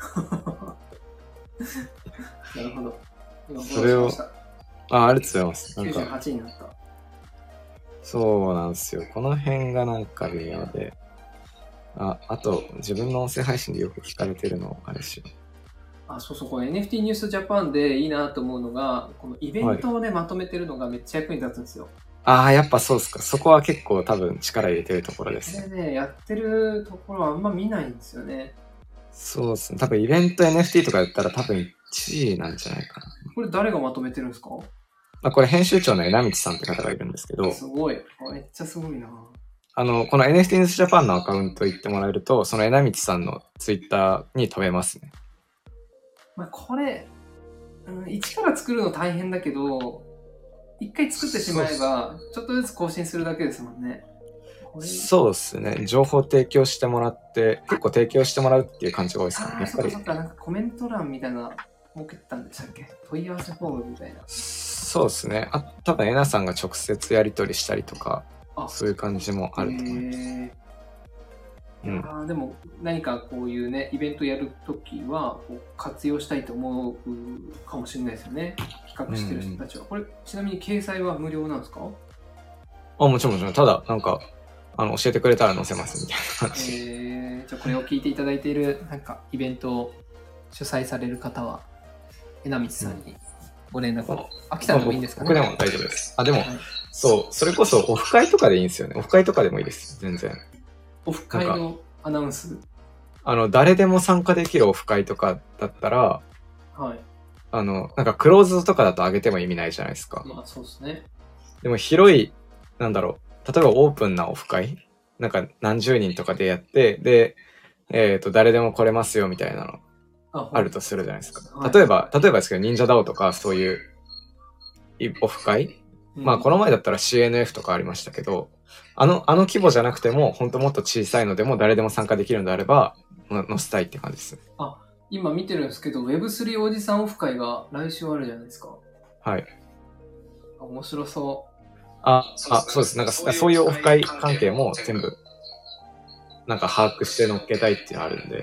なるほど。今それを、ありがとうございます。 なんか98になった。 そうなんですよ。この辺がなんか微妙で。あと、自分の音声配信でよく聞かれてるのをあれしよう。 そうそう、この NFT ニュースジャパンでいいなと思うのが、このイベントをね、まとめてるのがめっちゃ役に立つんですよ。 やっぱそうですか。そこは結構多分力入れてるところですね。 これね、やってるところはあんま見ないんですよね。 そうですね。多分イベント NFT とかやったら多分1位なんじゃないかな。 これ誰がまとめてるんですか？ これ編集長の枝道さんって方がいるんですけど。 すごい。めっちゃすごいな。 この NFT ニュースジャパンのアカウント行ってもらえると、その枝道さんのツイッターに飛べますね。 これ、一から作るの大変だけど、一回作ってしまえば、ちょっとずつ更新するだけですもんね。 そうですね。情報提供してもらって、結構提供してもらうっていう感じが多いですね。やっぱり。 そっか、なんかコメント欄みたいな、設けたんでしたっけ？問い合わせフォームみたいな。 そうですね。多分、えなさんが直接やり取りしたりとか、そういう感じもあると思います。 でも何かこういうね、イベントやるときは活用したいと思うかもしれないですよね。企画してる人たちは。これ、ちなみに掲載は無料なんですか？ もちろん。ただ、なんか、教えてくれたら載せますみたいな感じ。 じゃあこれを聞いていただいている、なんかイベントを主催される方は、枝道さんにご連絡を。秋さんでもいいんですかね？ 僕でも大丈夫です。でも、そう、それこそオフ会とかでいいんですよね。オフ会とかでもいいです。全然。 オフ会のアナウンス？ 誰でも参加できるオフ会とかだったら、 はい。 なんかクローズドとかだと上げても意味ないじゃないですか。 そうですね。 でも広い、例えばオープンなオフ会なんか何十人とかでやって、で、誰でも来れますよみたいなのあるとするじゃないですか。例えばですけど、忍者ダオとかそういうオフ会、この前だったら CNF とかありましたけど、あの規模じゃなくても、本当もっと小さいのでも誰でも参加できるのであれば、載せたいって感じです。 今見てるんですけど、Web3 おじさんオフ会が来週あるじゃないですか。 はい。 面白そう。 そうです。なんかそういうオフ会関係も全部、なんか把握して乗っけたいっていうのあるん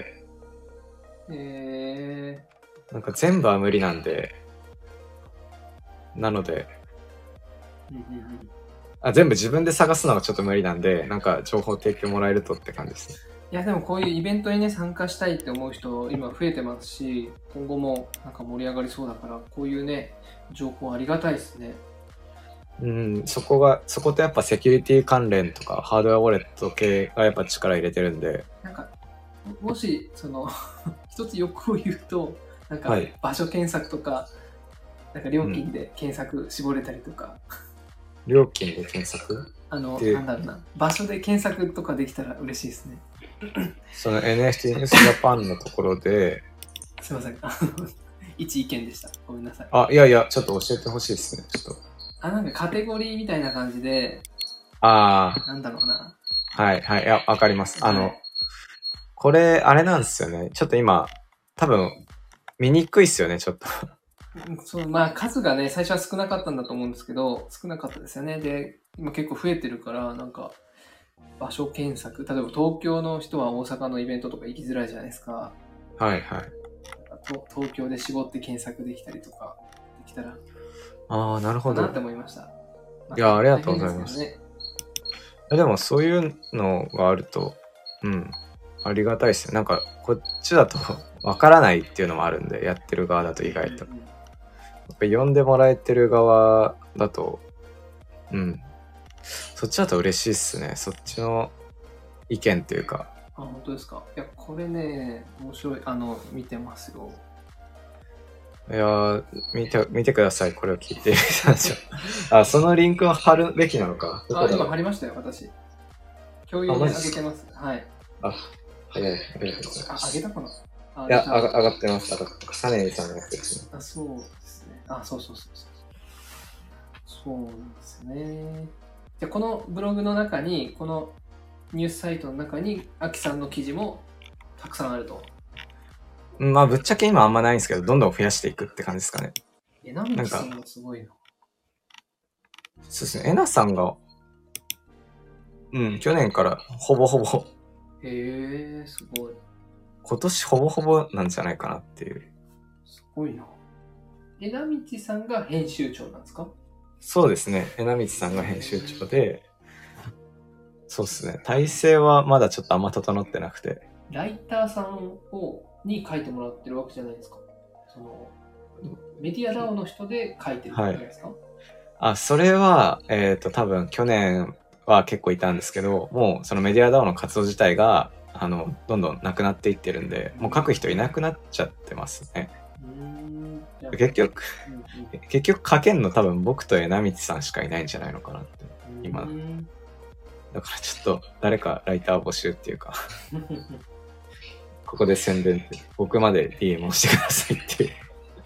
で。なんか全部は無理なんで、なので、全部自分で探すのがちょっと無理なんで、なんか情報提供もらえるとって感じですね。 いやでもこういうイベントにね参加したいって思う人今増えてますし、今後もなんか盛り上がりそうだから、こういうね情報ありがたいですね。 そことやっぱセキュリティ関連とかハードウェアウォレット系がやっぱ力入れてるんで、 なんかもし一つ欲を言うと、なんか場所検索とか、なんか料金で検索絞れたりとか、 料金で検索なんだろうな、場所で検索とかできたら嬉しいですね。 その NFT ニュースジャパンのところで、 すいません、一意見でした。ごめんなさい。 いや、ちょっと教えてほしいですね。ちょっと。 なんかカテゴリーみたいな感じで、 なんだろうな。 はい、いや、わかります。これ、あれなんですよね。ちょっと今、多分、見にくいっすよね、ちょっと。 そう、数がね、最初は少なかったんだと思うんですけど、少なかったですよね。で、今結構増えてるから、なんか、場所検索、例えば東京の人は大阪のイベントとか行きづらいじゃないですか。 はい。 東京で絞って検索できたりとか、できたら。 なるほど。 なって思いました。 いや、ありがとうございます。でもそういうのがあると、ありがたいですよ。なんか、こっちだとわからないっていうのもあるんで、やってる側だと意外と。やっぱ呼んでもらえてる側だと、 そっちだと嬉しいっすね。そっちの意見というか。 あ、本当ですか。いや、これね、面白い。見てますよ。 いやー、見てください。これを聞いて。あ、そのリンクを貼るべきなのか。 あ、今貼りましたよ、私。共有に上げてます。はい。 あ、早い。ありがとうございます。 上げたかな。 いや、上がってます。サネイさんがやってる。 あ、そうですね。あ、そう。そうなんですね。じゃあこのブログの中に、このニュースサイトの中に、アキさんの記事もたくさんあると。 まあ、ぶっちゃけ今あんまないんですけど、どんどん増やしていくって感じですかね。 なんかさんがすごいな。 そうですね。えなさんが、去年からほぼほぼ。 へえ、すごい。 今年ほぼほぼなんじゃないかなっていう。 すごいな。えなみちさんが編集長なんですか？ そうですね。えなみちさんが編集長で、そうですね。体制はまだちょっとあんま整ってなくて。 ライターさんに書いてもらってるわけじゃないですか。そのメディアダオの人で書いてるわけですか？ あ、それは、多分去年は結構いたんですけど、もうそのメディアダオの活動自体が、どんどんなくなっていってるんで、もう書く人いなくなっちゃってますね。結局書けんの多分僕とえなみちさんしかいないんじゃないのかなって、今。だからちょっと誰かライター募集っていうか、ここで宣伝って、僕まで DM をしてくださいっていう。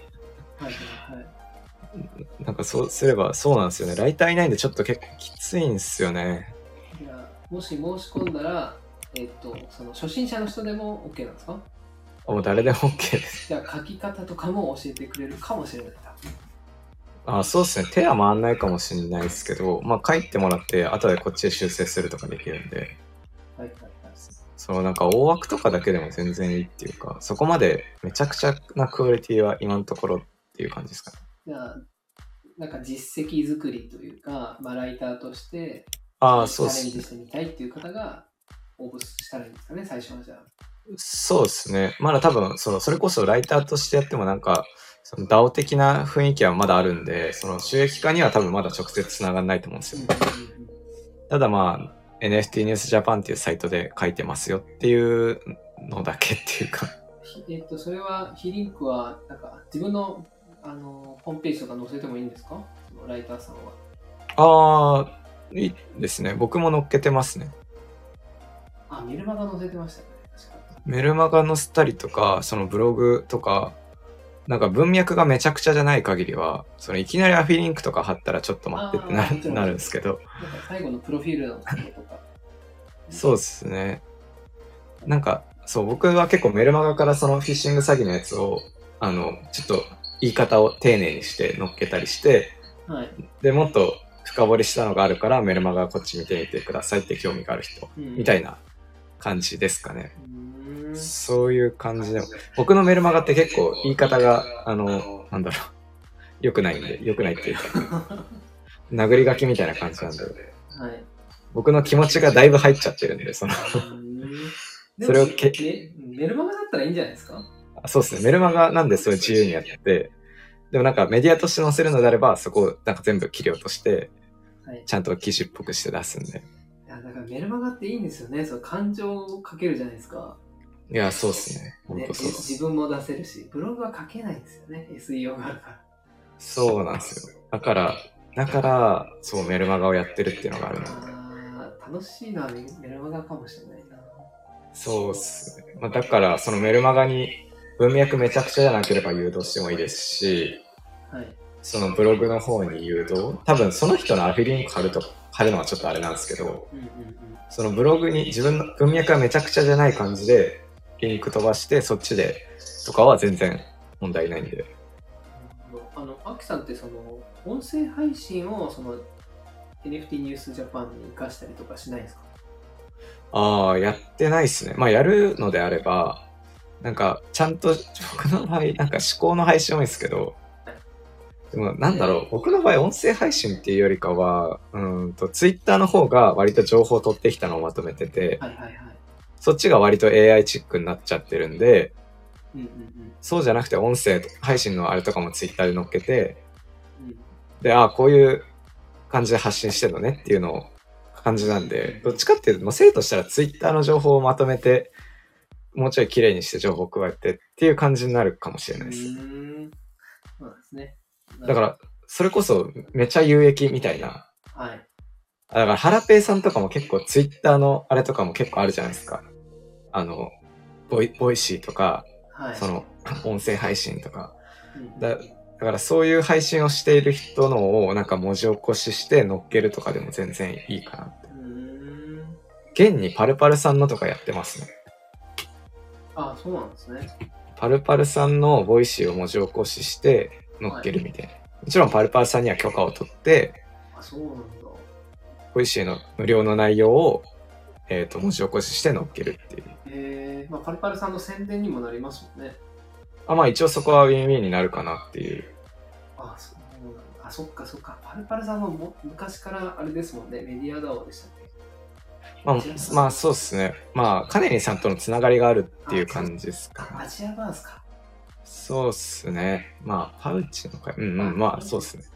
なんかそうすればそうなんですよね。ライターいないんでちょっと結構きついんですよね。 いや、もし申し込んだら、その初心者の人でも OK なんですか？ もう誰でも OK です。 じゃあ書き方とかも教えてくれるかもしれない。 あ、そうですね。手は回んないかもしれないですけど、まあ書いてもらって後でこっちで修正するとかできるんで。そうなんか大枠とかだけでも全然いいっていうか、そこまでめちゃくちゃなクオリティは今のところっていう感じですかね。 じゃあなんか実績作りというか、まあ、ライターとしてチャレンジしてみたいっていう方が応募したらいいんですかね、最初は。じゃあそうですね。まだ多分それこそライターとしてやってもなんかその DAO 的な雰囲気はまだあるんで、その収益化には多分まだ直接つながらないと思うんですよ。ただまあNFT ニュースジャパンっていうサイトで書いてますよっていうのだけっていうか。 それは非リンクはなんか自分のホームページとか載せてもいいんですか？そのライターさんは。 いいですね。僕も載っけてますね。 メルマガ載せてましたね。確かメルマガ載せたりとか、そのブログとか、なんか文脈がめちゃくちゃじゃない限りは、そのいきなりアフィリンクとか貼ったらちょっと待ってってなるんですけど。 なんか最後のプロフィールのところとか。 そうですね。なんか、そう、僕は結構メルマガからそのフィッシング詐欺のやつを、ちょっと言い方を丁寧にして乗っけたりして、で、もっと深掘りしたのがあるからメルマガこっち見てみてくださいって興味がある人、みたいな感じですかね。そういう感じでも。僕のメルマガって結構言い方が、なんだろう、良くないっていうか、殴り書きみたいな感じなんで、僕の気持ちがだいぶ入っちゃってるんで、それをメルマガだったらいいんじゃないですか？ そうですね。メルマガなんでそれ自由にやって、でもなんかメディアとして載せるのであれば、そこをなんか全部切り落として、ちゃんと記事っぽくして出すんで。 いや、だからメルマガっていいんですよね。その感情を書けるじゃないですか。 いや、そうですね。本当そう。 自分も出せるし、ブログは書けないんですよね。SEO があるから。 そうなんですよ。だから、そうメルマガをやってるっていうのがあるので。 楽しいのはメルマガかもしれないな。 そうっすね。まあ、だから、そのメルマガに文脈めちゃくちゃじゃなければ誘導してもいいですし、そのブログの方に誘導、多分その人のアフィリンク貼るのはちょっとあれなんですけど、そのブログに自分の文脈がめちゃくちゃじゃない感じでリンク飛ばしてそっちでとかは全然問題ないんで。 アキさんってその音声配信をその NFT ニュースジャパンに活かしたりとかしないですか？ やってないっすね。まあやるのであれば、なんかちゃんと僕の場合なんか思考の配信多いですけど、でもなんだろう、僕の場合音声配信っていうよりかは、ツイッターの方が割と情報を取ってきたのをまとめてて、そっちが割と AI チックになっちゃってるんで、そうじゃなくて音声配信のあれとかもツイッターで載っけて、で、こういう感じで発信してるのねっていうのを感じなんで、どっちかっていうと、生としたらツイッターの情報をまとめて、もうちょい綺麗にして情報を加えてっていう感じになるかもしれないです。 そうなんですね。 だから、それこそめちゃ有益みたいな。 はい。 だから、ハラペイさんとかも結構ツイッターのあれとかも結構あるじゃないですか。ボイシーとか、 はい、 その、音声配信とか。 うんだからそういう配信をしている人のをなんか文字起こしして乗っけるとかでも全然いいかなって。現にパルパルさんのとかやってますね。 あ、そうなんですね。 パルパルさんのボイシーを文字起こしして乗っけるみたいな。もちろんパルパルさんには許可を取って、 あ、そうなんだ。 ボイシーの無料の内容を、文字起こしして乗っけるっていう。 まあ、パルパルさんの宣伝にもなりますもんね。 まあ一応そこはウィンウィンになるかなっていう。 あ、そうなんだ。あ、そっかそっか。パルパルさんも昔からあれですもんね。メディアダオでしたっけ？ まあそうですね。まあカネリンさんとのつながりがあるっていう感じですか、 アジアバースか。 そうっすね。まあパウチの会、まあそうっすね。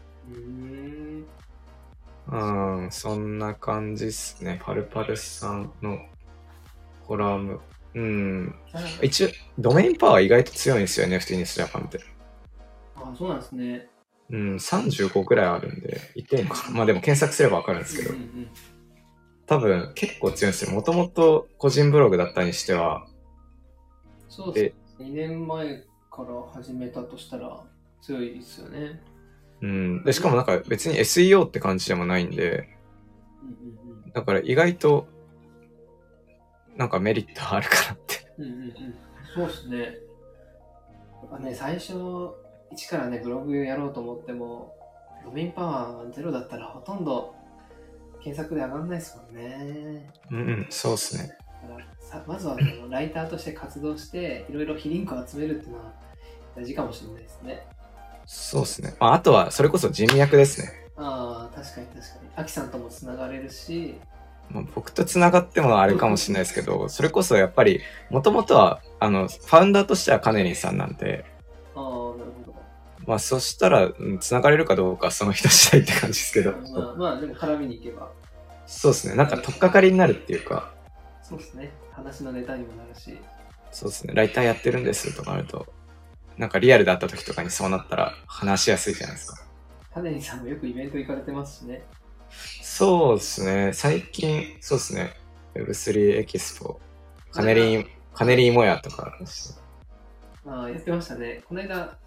そんな感じっすね。パルパルさんのコラム。一応、ドメインパワー意外と強いんですよ、NFT ニュースジャパンって。 あ、そうなんですね。 35くらいあるんで、言っていいのかな。まあでも検索すればわかるんですけど、多分結構強いんですよ。もともと個人ブログだったにしては。 そうですね。2年前から始めたとしたら強いですよね。 で、しかもなんか別に SEO って感じでもないんで、だから意外となんかメリットあるかなって。 そうですね。やっぱね、最初、一からね、ブログやろうと思っても、ドメインパワーゼロだったらほとんど検索で上がんないですもんね。 そうっすね。 だからまずはライターとして活動して、いろいろ非リンクを集めるっていうのは大事かもしれないですね。 そうっすね。あとは、それこそ人脈ですね。 ああ、確かに確かに。アキさんともつながれるし、 僕とつながってもあれかもしれないですけど、それこそやっぱり、もともとは、ファウンダーとしてはカネリンさんなんで、 ああ、なるほど。 まあ、そしたら、つながれるかどうかその人次第って感じですけど。 まあ、でも絡みに行けば。 そうですね。なんか、取っかかりになるっていうか。 そうですね。話のネタにもなるし。 そうですね。ライターやってるんですとかあると、なんかリアルで会った時とかにそうなったら話しやすいじゃないですか。 カネリンさんもよくイベント行かれてますしね。 そうですね。最近、そうですね。Web3 エキスポ、カネリーモヤとか。 やってましたね。この間、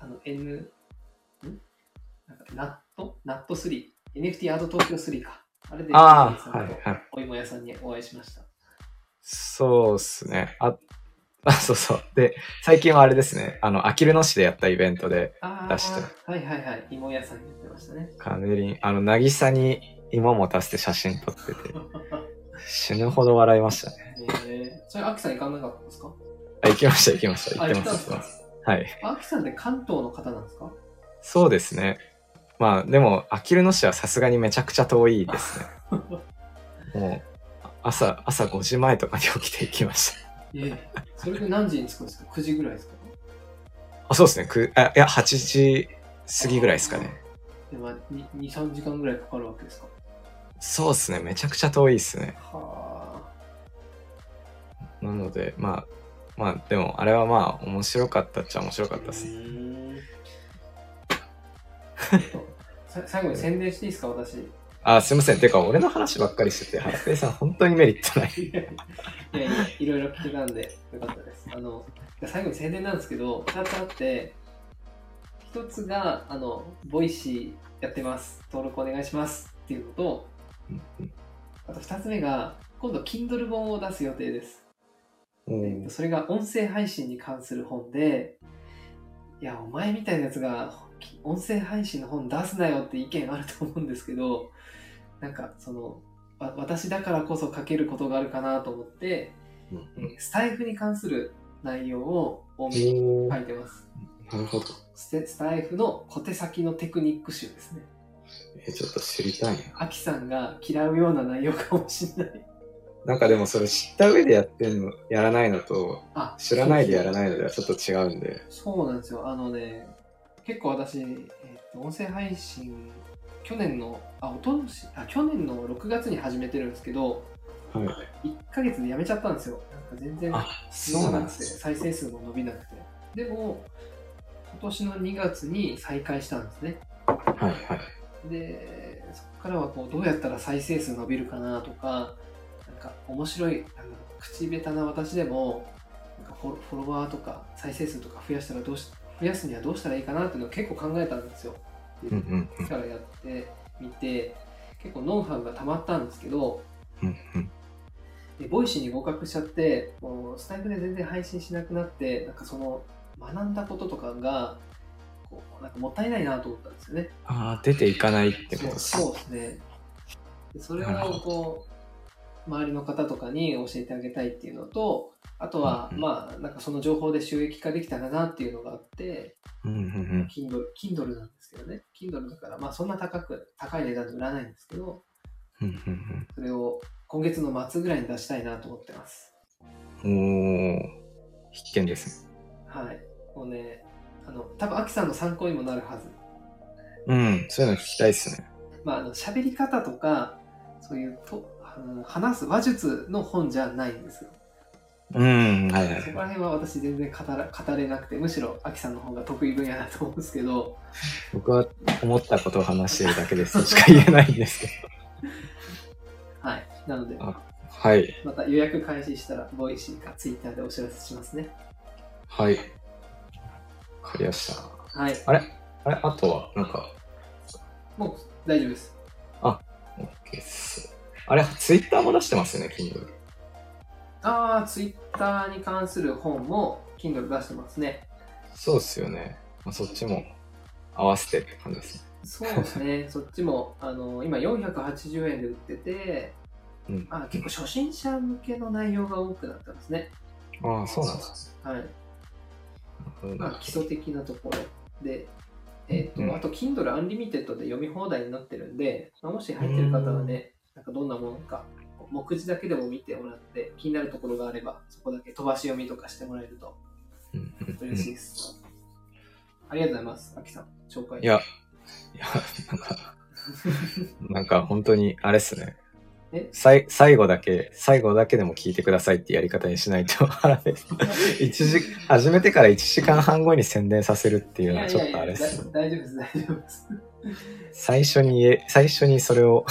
ナット3、NFT アート東京3か。あれで、お芋屋さんにお会いしました。 そうですね。そうそう。で、最近はあれですね。あきる野市でやったイベントで出した。 はい。芋屋さんにやってましたね。 カネリン、渚に芋も足して写真撮ってて、死ぬほど笑いましたね。 それ、アキさん行かなかったんですか？ 行きました。行ってます。はい。 アキさんって関東の方なんですか？ そうですね。まあ、でも、あきる野市はさすがにめちゃくちゃ遠いですね。もう、朝5時前とかに起きて行きました。 それで何時に着くんですか？9時ぐらいですか？ そうですね。8時過ぎぐらいですかね。 でも2、3時間ぐらいかかるわけですか？ そうですね。めちゃくちゃ遠いですね。なので、まあ、でも、あれはまあ、面白かったっちゃ面白かったですね。 最後に宣伝していいですか、私。 すいません。てか、俺の話ばっかりしてて、ハラペイさん、本当にメリットない。 いろいろ聞けたんで、よかったです。最後に宣伝なんですけど、2つあって、1つが、ボイシーやってます。登録お願いしますっていうのと、あと2つ目が、今度、Kindle 本を出す予定です。それが音声配信に関する本で、いや、お前みたいなやつが音声配信の本出すなよって意見あると思うんですけど、なんか私だからこそ書けることがあるかなと思って、スタイフに関する内容を多めに書いてます。 なるほど。 スタイフの小手先のテクニック集ですね。 ちょっと知りたいな。 アキさんが嫌うような内容かもしれない。 なんかでもそれ知った上でやらないのと、知らないでやらないのではちょっと違うんで。 そうなんですよ。結構私、音声配信去年の6月に始めてるんですけど、 はい。 1ヶ月でやめちゃったんですよ。なんか全然あ、 進まなくて、 そうなんです。 再生数も伸びなくて。でも、今年の2月に再開したんですね。 はいはい。 で、そこからはこうどうやったら再生数伸びるかなとか、なんか面白い、口下手な私でも、なんかフォロワーとか再生数とか増やすにはどうしたらいいかなっていうのを結構考えたんですよ。 うんうんうん。 からやってみて、結構ノウハウがたまったんですけど、 うんうんでボイシーに合格しちゃって、もうスタイフで全然配信しなくなって、なんかその学んだこととかが、こうなんかもったいないなと思ったんですよね。 ああ、出ていかないってことですか。 そうですね。でそれをこう周りの方とかに教えてあげたいっていうのと、あとは、まあなんかその情報で収益化できたらなっていうのがあって、 うんうんうん。 Kindle なんですけどね。Kindle だから、まあそんな高い値段で売らないんですけど、 うんうんそれを今月の末ぐらいに出したいなと思ってます。 うん。おー、必見ですね。 はい。もうね、多分アキさんの参考にもなるはず。 うん、そういうの聞きたいですね。 まあ喋り方とか、そういう話す話術の本じゃないんですよ。 うん、はいはい。 そこら辺は私全然語れなくて、むしろアキさんの方が得意分野だと思うんですけど、 僕は思ったことを話しているだけですとしか言えないんですけど。 はい。なので、 はい。 また予約開始したら、ボイシーかツイッターでお知らせしますね。 はい。わかりました。 はい。 あれあとは、なんか。 もう大丈夫です。 OK です。あれ、ツイッターも出してますよね、Kindle。 ツイッターに関する本も Kindle 出してますね。 そうっすよね。まあ、そっちも合わせてって感じですね。 そうですね。そっちも、今480円で売ってて、結構初心者向けの内容が多くなってますね。 ああ、そうなんですね。はい。基礎的なところで、あと Kindle Unlimited で読み放題になってるんで、もし入ってる方はね、なんかどんなものか、目次だけでも見てもらって、気になるところがあれば、そこだけ飛ばし読みとかしてもらえると嬉しいです。ありがとうございます、アキさん。紹介。 いや、なんか本当にあれっすね。最後だけでも聞いてくださいってやり方にしないと始めてから1時間半後に宣伝させるっていうのはちょっとあれっす。 大丈夫です、大丈夫です。 最初にそれを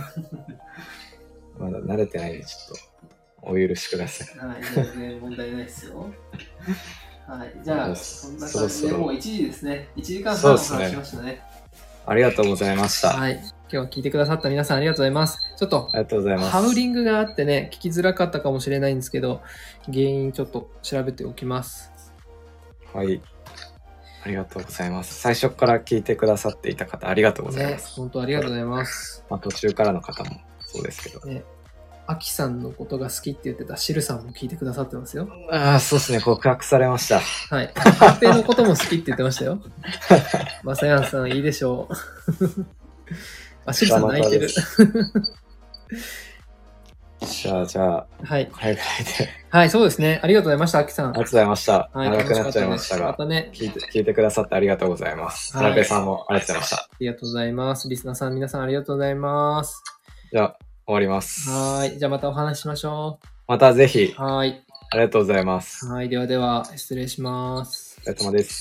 まだ慣れてないんでちょっとお許しください。 はい、全然問題ないですよ。はい、じゃあそんな感じでもう1時ですね。1時間半お話しましたね。 ありがとうございました。 はい。今日は聞いてくださった皆さんありがとうございます。ちょっと、 ありがとうございます。 ハウリングがあってね、聞きづらかったかもしれないんですけど、原因ちょっと調べておきます。 はい。ありがとうございます。最初から聞いてくださっていた方、ありがとうございます。 本当ありがとうございます。 途中からの方もそうですけど。 アキさんのことが好きって言ってたシルさんも聞いてくださってますよ。 そうですね。告白されました。 はい。ハッペイのことも好きって言ってましたよ。まさやんさん、いいでしょう。シルさん泣いてる。じゃあ、はい。はい、そうですね。ありがとうございました、アキさん。 ありがとうございました。 はい、 長くなっちゃいましたが、またね、聞いてくださってありがとうございます。田辺さんもありがとうございました。ありがとうございます。リスナーさん、皆さんありがとうございます。 じゃあ、終わります。 はい。じゃあまたお話ししましょう。 またぜひ。 はい。 ありがとうございます。 はい。ではでは、失礼します。 お疲れ様です。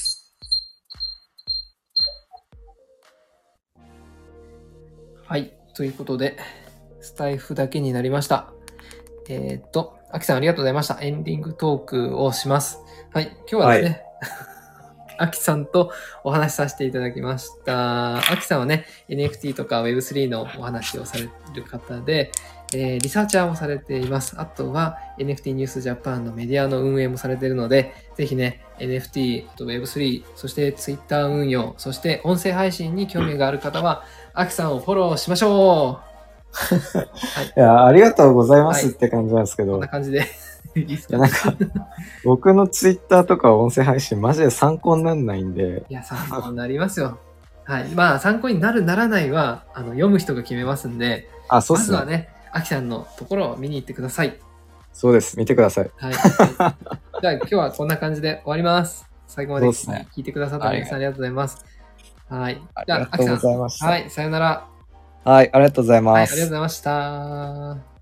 はい。ということで、スタイフだけになりました。アキさんありがとうございました。エンディングトークをします。はい。今日はですね、アキさんとお話しさせていただきました。アキさんはね、NFT とか Web3 のお話をされる方で、リサーチャーもされています。あとは NFT ニュースジャパンのメディアの運営もされているので、ぜひね、NFT、あと Web3、そして Twitter 運用、そして音声配信に興味がある方は、アキさんをフォローしましょう。 はい、いや、ありがとうございますって感じなんですけど。 こんな感じで。いいですか？ なんか、僕のツイッターとか音声配信マジで参考にならないんで。 いや、参考になりますよ。はい。まあ、参考になるならないは、読む人が決めますんで、 そうっすね。 まずはね、アキさんのところを見に行ってください。 そうです。見てください。 はい。じゃあ、今日はこんな感じで終わります。最後まで聞いてくださった皆さんありがとうございます。 はい。 あじゃあ、 りがとうございました。 はい、さよなら。 はい、ありがとうございはい、あます。 りがとうございました。